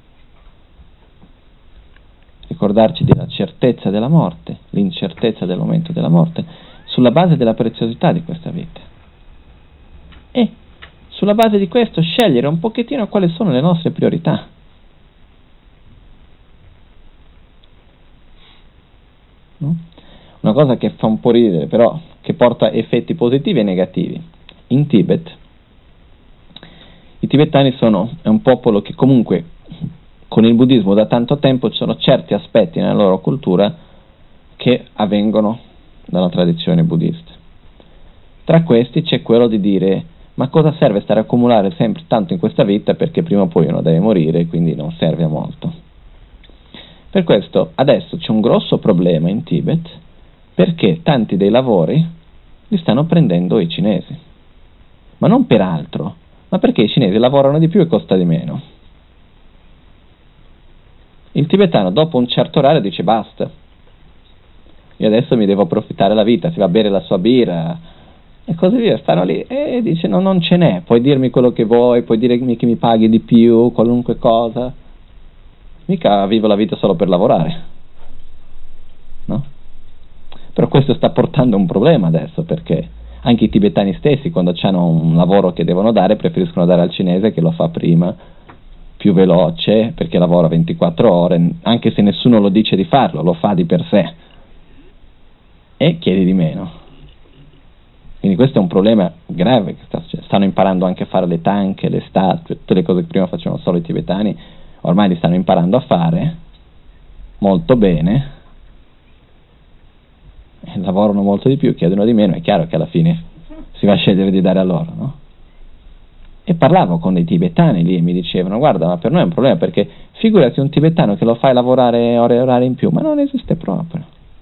ricordarci della certezza della morte, l'incertezza del momento della morte, sulla base della preziosità di questa vita, e sulla base di questo scegliere un pochettino quali sono le nostre priorità. No? Una cosa che fa un po' ridere, però che porta effetti positivi e negativi. In Tibet i tibetani è un popolo che comunque con il buddismo da tanto tempo ci sono certi aspetti nella loro cultura che avvengono dalla tradizione buddista. Tra questi c'è quello di dire: ma cosa serve stare a accumulare sempre tanto in questa vita, perché prima o poi uno deve morire, quindi non serve a molto. Per questo adesso c'è un grosso problema in Tibet, perché tanti dei lavori li stanno prendendo i cinesi, ma non per altro, ma perché i cinesi lavorano di più e costa di meno. Il tibetano dopo un certo orario dice basta, io adesso mi devo approfittare della vita, si va a bere la sua birra e così via, stanno lì e dice no, non ce n'è, puoi dirmi quello che vuoi, puoi dirmi che mi paghi di più, qualunque cosa, mica vivo la vita solo per lavorare, no? Però questo sta portando un problema adesso, perché anche i tibetani stessi, quando hanno un lavoro che devono dare, preferiscono dare al cinese che lo fa prima, più veloce, perché lavora 24 ore, anche se nessuno lo dice di farlo, lo fa di per sé, e chiedi di meno. Quindi questo è un problema grave, stanno imparando anche a fare le tanche, le statue, tutte le cose che prima facevano solo i tibetani, ormai li stanno imparando a fare molto bene, lavorano molto di più, chiedono di meno, è chiaro che alla fine si va a scegliere di dare a loro, no? E parlavo con dei tibetani lì e mi dicevano: guarda, ma per noi è un problema, perché figurati un tibetano che lo fai lavorare ore e orari in più, ma non esiste proprio.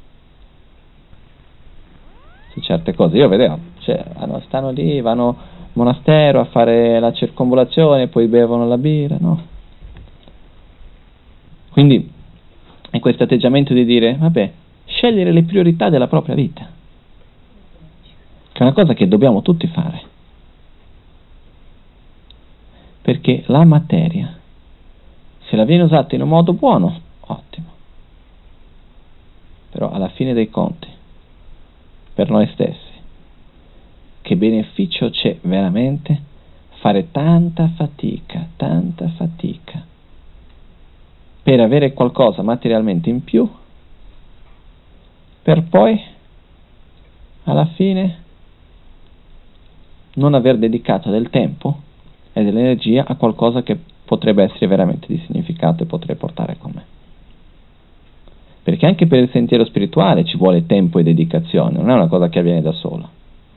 Su certe cose io vedevo, cioè, stanno lì, vanno al monastero a fare la circonvolazione, poi bevono la birra, no? Quindi è questo atteggiamento di dire: vabbè, scegliere le priorità della propria vita, che è una cosa che dobbiamo tutti fare, perché la materia, se la viene usata in un modo buono, ottimo, però alla fine dei conti, per noi stessi, che beneficio c'è veramente fare tanta fatica per avere qualcosa materialmente in più, per poi alla fine non aver dedicato del tempo e dell'energia a qualcosa che potrebbe essere veramente di significato e potrei portare con me. Perché anche per il sentiero spirituale ci vuole tempo e dedicazione, non è una cosa che avviene da sola,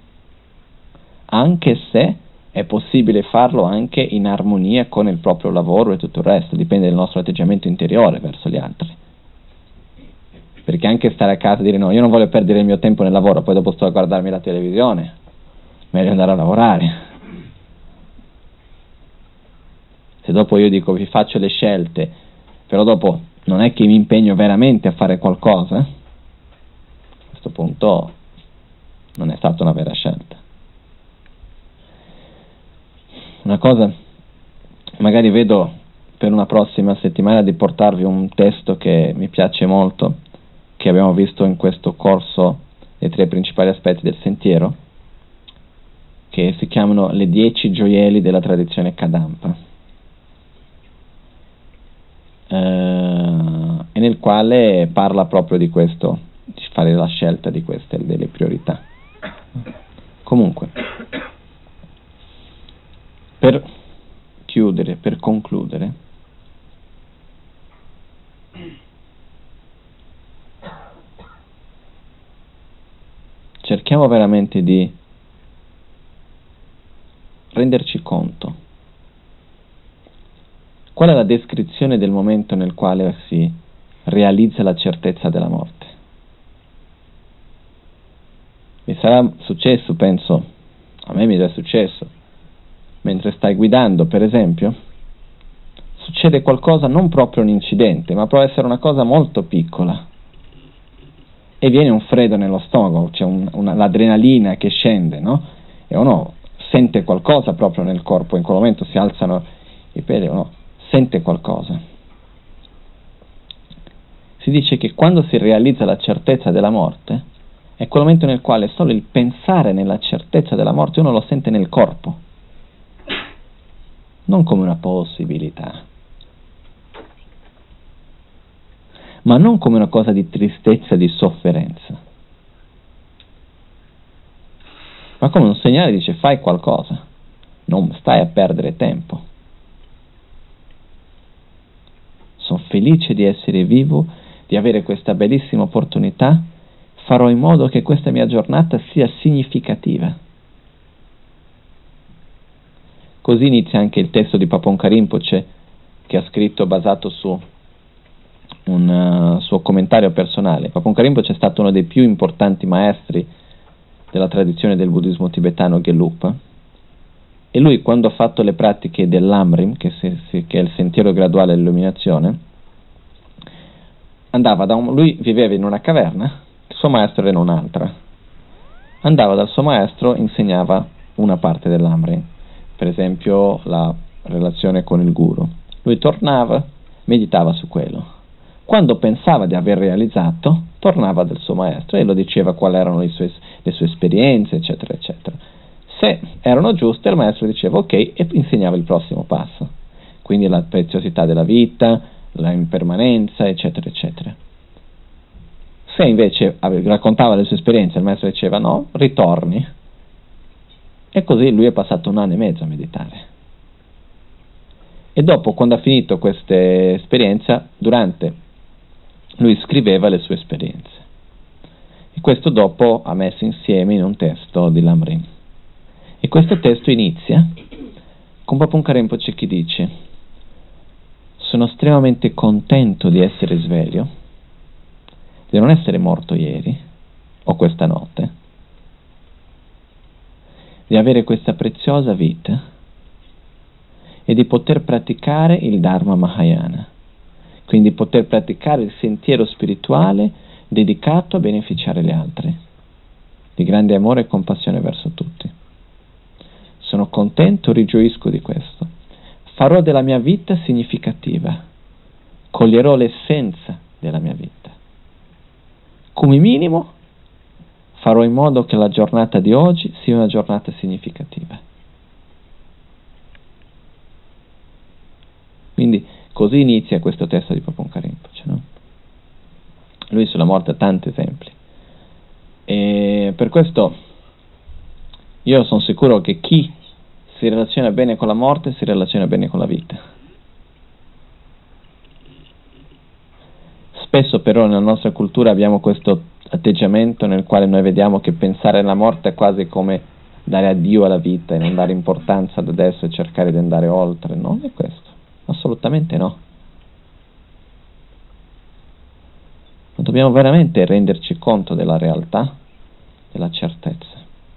anche se è possibile farlo anche in armonia con il proprio lavoro e tutto il resto, dipende dal nostro atteggiamento interiore verso gli altri. Perché anche stare a casa e dire: no, io non voglio perdere il mio tempo nel lavoro, poi dopo sto a guardarmi la televisione, meglio andare a lavorare. Se dopo io dico: vi faccio le scelte, però dopo non è che mi impegno veramente a fare qualcosa, a questo punto non è stata una vera scelta. Una cosa, magari vedo per una prossima settimana di portarvi un testo che mi piace molto, che abbiamo visto in questo corso dei 3 principali aspetti del sentiero, che si chiamano le 10 gioielli della tradizione Kadampa, e nel quale parla proprio di questo, di fare la scelta di queste, delle priorità. Comunque, per chiudere, per concludere, cerchiamo veramente di renderci conto qual è la descrizione del momento nel quale si realizza la certezza della morte. Mi sarà successo, penso, a me mi è già successo, mentre stai guidando, per esempio, succede qualcosa, non proprio un incidente, ma può essere una cosa molto piccola, e viene un freddo nello stomaco, c'è l'adrenalina che scende, no? E uno sente qualcosa proprio nel corpo, in quel momento si alzano i peli, uno sente qualcosa. Si dice che quando si realizza la certezza della morte, è quel momento nel quale solo il pensare nella certezza della morte uno lo sente nel corpo, non come una possibilità, ma non come una cosa di tristezza, di sofferenza, ma come un segnale, dice: fai qualcosa, non stai a perdere tempo. Sono felice di essere vivo, di avere questa bellissima opportunità, farò in modo che questa mia giornata sia significativa. Così inizia anche il testo di Paponka Rinpoche, che ha scritto basato su un suo commentario personale. Paponka Rinpoche è stato uno dei più importanti maestri della tradizione del buddismo tibetano Gelugpa, e lui, quando ha fatto le pratiche dell'Amrim, che è il sentiero graduale dell'illuminazione, lui viveva in una caverna, il suo maestro era in un'altra, andava dal suo maestro, insegnava una parte dell'Amrim, per esempio la relazione con il guru. Lui tornava, meditava su quello. Quando pensava di aver realizzato, tornava dal suo maestro e lo diceva quali erano le sue esperienze, eccetera, eccetera. Se erano giuste, il maestro diceva ok e insegnava il prossimo passo. quindi la preziosità della vita, la impermanenza, eccetera, eccetera. Se invece raccontava le sue esperienze, il maestro diceva no, ritorni. E così lui è passato 1 anno e mezzo a meditare. E dopo, quando ha finito questa esperienza, lui scriveva le sue esperienze. E questo dopo ha messo insieme in un testo di Lamrim. E questo testo inizia con Papunka Rinpoche che dice: sono estremamente contento di essere sveglio, di non essere morto ieri o questa notte, di avere questa preziosa vita e di poter praticare il Dharma Mahayana, quindi poter praticare il sentiero spirituale dedicato a beneficiare gli altri, di grande amore e compassione verso tutti. Sono contento, rigioisco di questo. Farò della mia vita significativa, coglierò l'essenza della mia vita. Come minimo farò in modo che la giornata di oggi sia una giornata significativa. Quindi così inizia questo testo di Papunka Rinpoche, no? Lui sulla morte ha tanti esempi. E per questo io sono sicuro che chi si relaziona bene con la morte si relaziona bene con la vita. Spesso però nella nostra cultura abbiamo questo atteggiamento nel quale noi vediamo che pensare alla morte è quasi come dare addio alla vita e non dare importanza ad adesso e cercare di andare oltre. Non è questo, assolutamente no. Dobbiamo veramente renderci conto della realtà, della certezza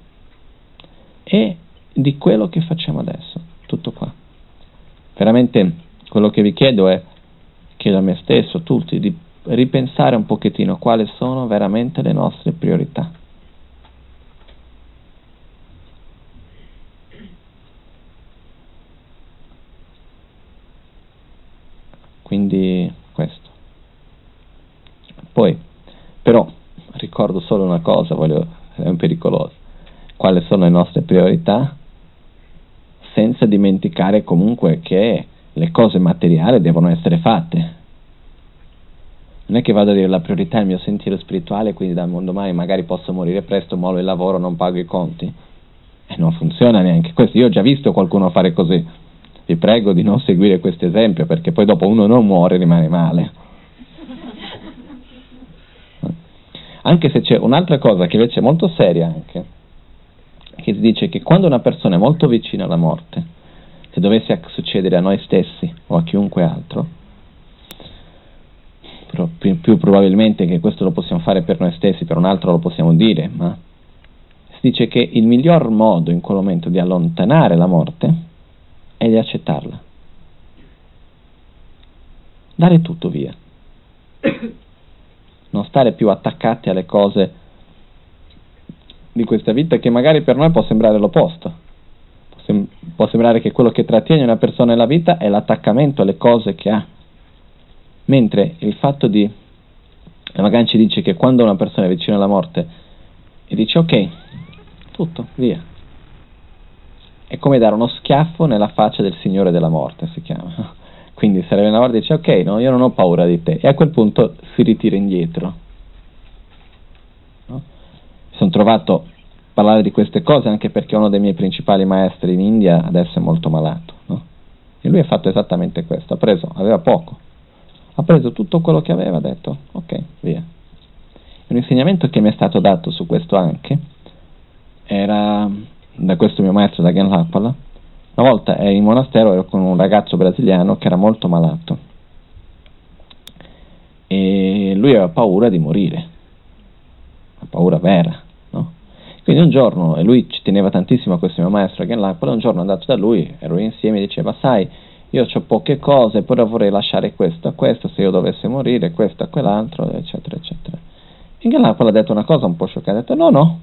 e di quello che facciamo adesso, tutto qua. Veramente quello che vi chiedo è, chiedo a me stesso, a tutti, di ripensare un pochettino quali sono veramente le nostre priorità. Quindi questo. Poi, però, ricordo solo una cosa, è un pericoloso. Quali sono le nostre priorità? Senza dimenticare comunque che le cose materiali devono essere fatte. Non è che vado a dire la priorità è il mio sentiero spirituale, quindi da domani magari posso morire presto, mollo il lavoro, non pago i conti. E non funziona neanche questo. Io ho già visto qualcuno fare così. Vi prego di non seguire questo esempio, perché poi dopo uno non muore e rimane male. Anche se c'è un'altra cosa che invece è molto seria anche, che si dice che quando una persona è molto vicina alla morte, se dovesse succedere a noi stessi o a chiunque altro, però più probabilmente che questo lo possiamo fare per noi stessi, per un altro lo possiamo dire, ma si dice che il miglior modo in quel momento di allontanare la morte è di accettarla, dare tutto via, non stare più attaccati alle cose di questa vita, che magari per noi può sembrare l'opposto. Può sembrare che quello che trattiene una persona nella vita è l'attaccamento alle cose che ha, mentre il fatto di, magari ci dice che quando una persona è vicina alla morte e dice ok, tutto, via, è come dare uno schiaffo nella faccia del Signore della morte, si chiama. Quindi sarebbe una morte e dice ok, no, io non ho paura di te, e a quel punto si ritira indietro, no? Mi sono trovato a parlare di queste cose anche perché uno dei miei principali maestri in India adesso è molto malato, no? E lui ha fatto esattamente questo, aveva poco, ha preso tutto quello che aveva, ha detto ok, via. Un insegnamento che mi è stato dato su questo anche era da questo mio maestro, da Gen Lapala. Una volta in monastero ero con un ragazzo brasiliano che era molto malato e lui aveva paura di morire, una paura vera, no? Quindi un giorno, e lui ci teneva tantissimo a questo mio maestro Gen Lapala, un giorno è andato da lui, ero insieme e diceva sai, io ho poche cose, però vorrei lasciare questo a questo, se io dovessi morire, questo a quell'altro, eccetera, eccetera. E Gen Lapala ha detto una cosa un po' scioccante, ha detto no,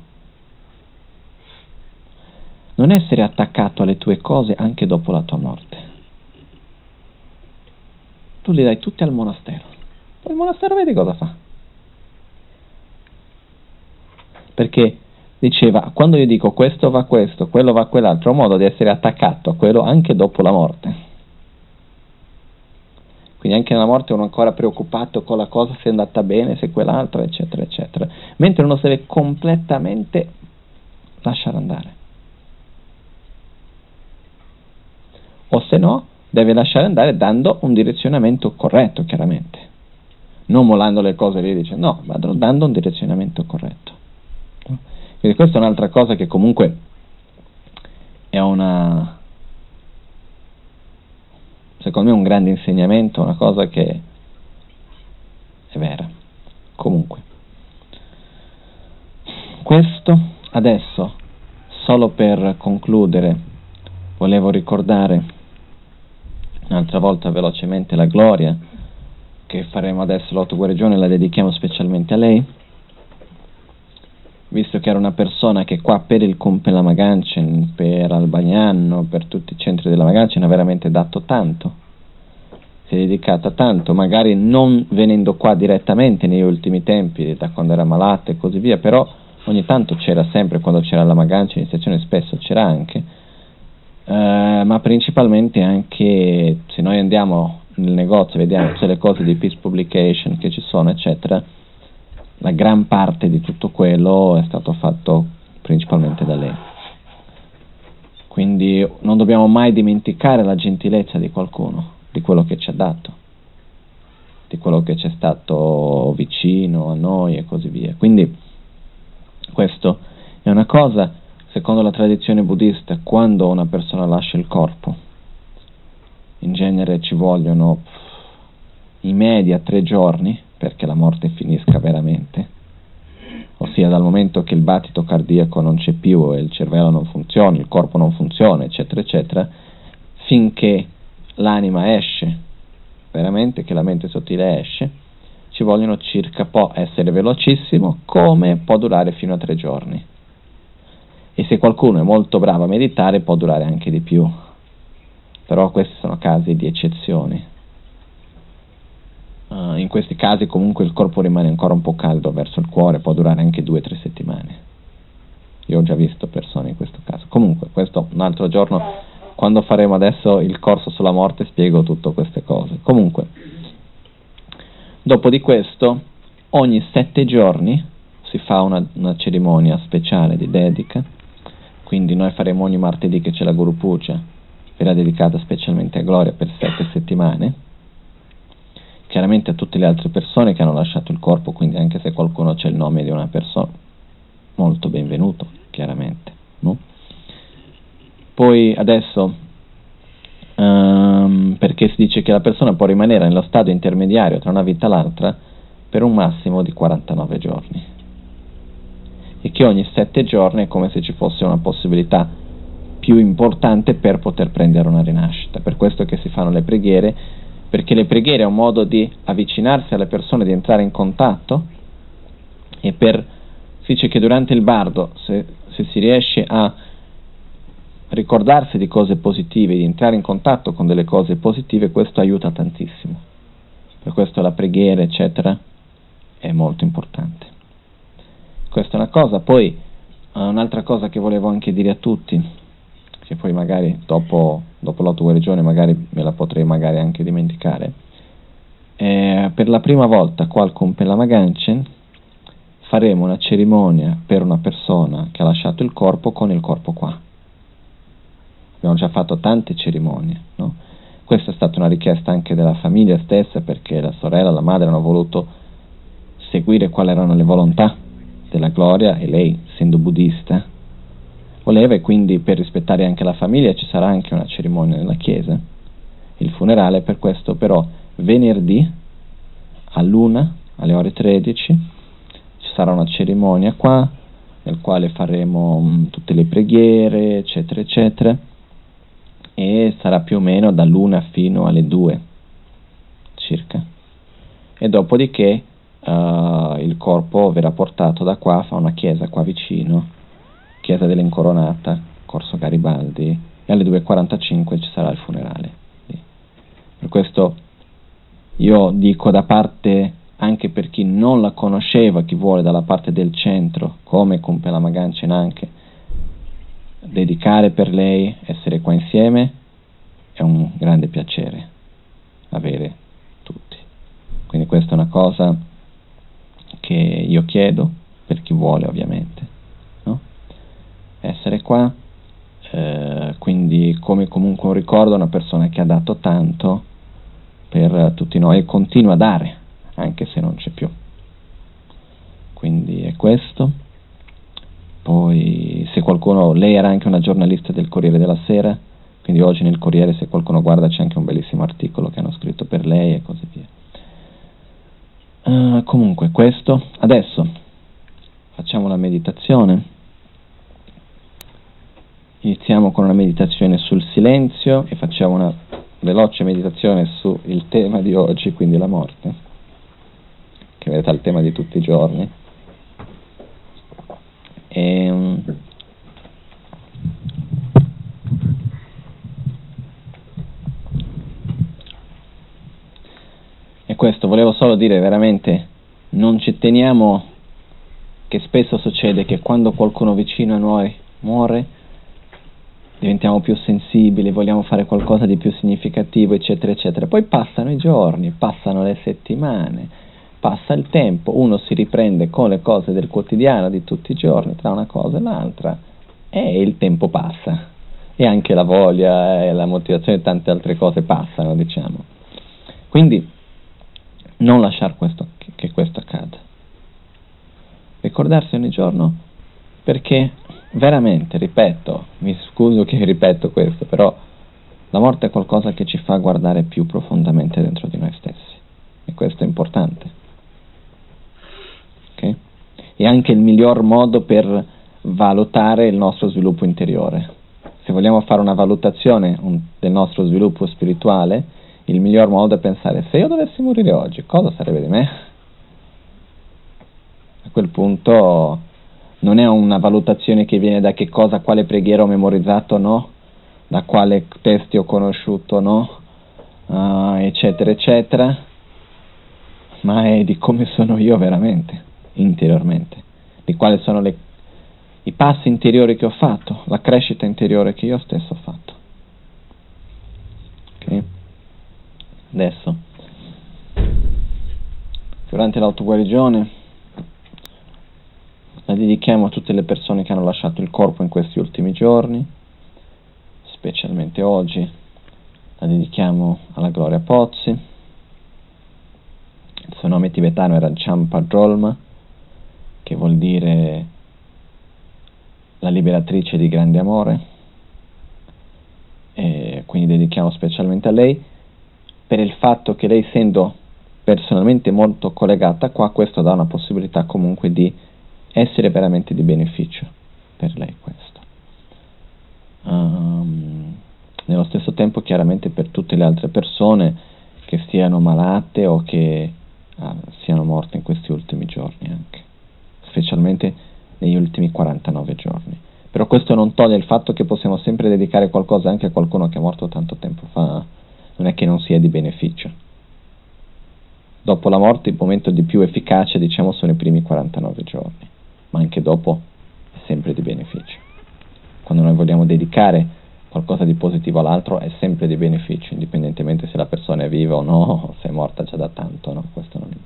non essere attaccato alle tue cose anche dopo la tua morte. Tu li dai tutti al monastero, poi il monastero vedi cosa fa. Perché diceva, quando io dico questo va questo, quello va quell'altro, ho modo di essere attaccato a quello anche dopo la morte. quindi anche nella morte uno è ancora preoccupato con la cosa, se è andata bene, se quell'altra, eccetera, eccetera, mentre uno si deve completamente lasciare andare, o se no deve lasciare andare dando un direzionamento corretto, chiaramente, non mollando le cose lì e dicendo no, vado dando un direzionamento corretto. Quindi questa è un'altra cosa che comunque è secondo me un grande insegnamento, una cosa che è vera. Comunque, questo adesso, solo per concludere, volevo ricordare un'altra volta velocemente la Gloria, che faremo adesso l'autoguarigione, la dedichiamo specialmente a lei, visto che era una persona che qua per il Kumpela Maganchen, per Albagnano, per tutti i centri della Maganchen ha veramente dato tanto, si è dedicata tanto, magari non venendo qua direttamente negli ultimi tempi, da quando era malata e così via, però ogni tanto c'era sempre, quando c'era la Maganchen in stazione spesso c'era anche, ma principalmente anche se noi andiamo nel negozio, vediamo tutte le cose di Peace Publication che ci sono, eccetera, la gran parte di tutto quello è stato fatto principalmente da lei. Quindi non dobbiamo mai dimenticare la gentilezza di qualcuno, di quello che ci ha dato, di quello che ci è stato vicino a noi e così via. Quindi questo è una cosa, secondo la tradizione buddista, quando una persona lascia il corpo, in genere ci vogliono in media 3 giorni perché la morte finisca veramente, ossia dal momento che il battito cardiaco non c'è più e il cervello non funziona, il corpo non funziona, eccetera, eccetera, finché l'anima esce, veramente che la mente sottile esce, ci vogliono circa, può essere velocissimo, come può durare fino a 3 giorni. E se qualcuno è molto bravo a meditare può durare anche di più, però questi sono casi di eccezione. In questi casi comunque il corpo rimane ancora un po' caldo verso il cuore, può durare anche 2 o 3 settimane. Io ho già visto persone in questo caso. Comunque, questo un altro giorno, quando faremo adesso il corso sulla morte, spiego tutte queste cose. Comunque, dopo di questo, ogni 7 giorni si fa una cerimonia speciale di dedica, quindi noi faremo ogni martedì che c'è la Guru Puja, verrà dedicata specialmente a Gloria per 7 settimane, chiaramente a tutte le altre persone che hanno lasciato il corpo, quindi anche se qualcuno c'è il nome di una persona, molto benvenuto, chiaramente, no? Poi adesso, perché si dice che la persona può rimanere nello stato intermediario tra una vita e l'altra per un massimo di 49 giorni, e che ogni 7 giorni è come se ci fosse una possibilità più importante per poter prendere una rinascita. Per questo che si fanno le preghiere, perché le preghiere è un modo di avvicinarsi alle persone, di entrare in contatto, e si dice che durante il bardo, se si riesce a ricordarsi di cose positive, di entrare in contatto con delle cose positive, questo aiuta tantissimo. Per questo la preghiera, eccetera, è molto importante. Questa è una cosa. Poi un'altra cosa che volevo anche dire a tutti, che poi magari dopo l'autoguarigione magari me la potrei magari anche dimenticare, per la prima volta qua al Kumpela Maganchen faremo una cerimonia per una persona che ha lasciato il corpo con il corpo qua. Abbiamo già fatto tante cerimonie, no? Questa è stata una richiesta anche della famiglia stessa, perché la sorella e la madre hanno voluto seguire quali erano le volontà della Gloria, e lei, essendo buddista, voleva, e quindi per rispettare anche la famiglia ci sarà anche una cerimonia nella chiesa, il funerale. Per questo però venerdì all'1 alle ore 13 ci sarà una cerimonia qua, nel quale faremo tutte le preghiere, eccetera, eccetera, e sarà più o meno dall'1 fino alle 2 circa, e dopodiché il corpo verrà portato da qua, fa una chiesa qua vicino, chiesa dell'Incoronata, Corso Garibaldi, e alle 2:45 ci sarà il funerale. Per questo io dico, da parte anche per chi non la conosceva, chi vuole dalla parte del centro, come Kumpela Maganchen, anche dedicare per lei, essere qua insieme, è un grande piacere avere Quindi questa è una cosa che io chiedo per chi vuole, ovviamente, no? Essere qua, quindi come comunque un ricordo, una persona che ha dato tanto per tutti noi e continua a dare, anche se non c'è più. Quindi è questo. Poi se qualcuno, lei era anche una giornalista del Corriere della Sera, quindi oggi nel Corriere, se qualcuno guarda, c'è anche un bellissimo articolo che hanno scritto per lei e così via. Comunque questo, adesso facciamo la meditazione. Iniziamo con una meditazione sul silenzio e facciamo una veloce meditazione sul tema di oggi, quindi la morte, che vedete è il tema di tutti i giorni. E questo volevo solo dire, veramente, non ci teniamo, che spesso succede che quando qualcuno vicino a noi muore, diventiamo più sensibili, vogliamo fare qualcosa di più significativo, eccetera, eccetera. Poi passano i giorni, passano le settimane, passa il tempo, uno si riprende con le cose del quotidiano di tutti i giorni, tra una cosa e l'altra, e il tempo passa. E anche la voglia e la motivazione e tante altre cose passano, diciamo. Quindi, non lasciare che questo accada. Ricordarsi ogni giorno, perché veramente, ripeto, mi scuso che ripeto questo, però la morte è qualcosa che ci fa guardare più profondamente dentro di noi stessi, e questo è importante. Okay? È anche il miglior modo per valutare il nostro sviluppo interiore. Se vogliamo fare una valutazione del nostro sviluppo spirituale, il miglior modo è pensare: se io dovessi morire oggi, cosa sarebbe di me? A quel punto non è una valutazione che viene da che cosa, quale preghiera ho memorizzato, no, da quale testi ho conosciuto, no, eccetera, eccetera, ma è di come sono io veramente, interiormente, di quali sono i passi interiori che ho fatto, la crescita interiore che io stesso ho fatto. Ok? Adesso, durante l'autoguarigione, la dedichiamo a tutte le persone che hanno lasciato il corpo in questi ultimi giorni, specialmente oggi. La dedichiamo alla Gloria Pozzi. Il suo nome tibetano era Champa Drolma, che vuol dire la liberatrice di grande amore, e quindi dedichiamo specialmente a lei, per il fatto che lei, essendo personalmente molto collegata qua, questo dà una possibilità comunque di essere veramente di beneficio per lei, questo. Nello stesso tempo chiaramente per tutte le altre persone che siano malate o che siano morte in questi ultimi giorni, anche specialmente negli ultimi 49 giorni. Però questo non toglie il fatto che possiamo sempre dedicare qualcosa anche a qualcuno che è morto tanto tempo fa, non è che non sia di beneficio. Dopo la morte il momento di più efficace, diciamo, sono i primi 49 giorni, ma anche dopo è sempre di beneficio. Quando noi vogliamo dedicare qualcosa di positivo all'altro è sempre di beneficio, indipendentemente se la persona è viva o no, o se è morta già da tanto, no? Questo non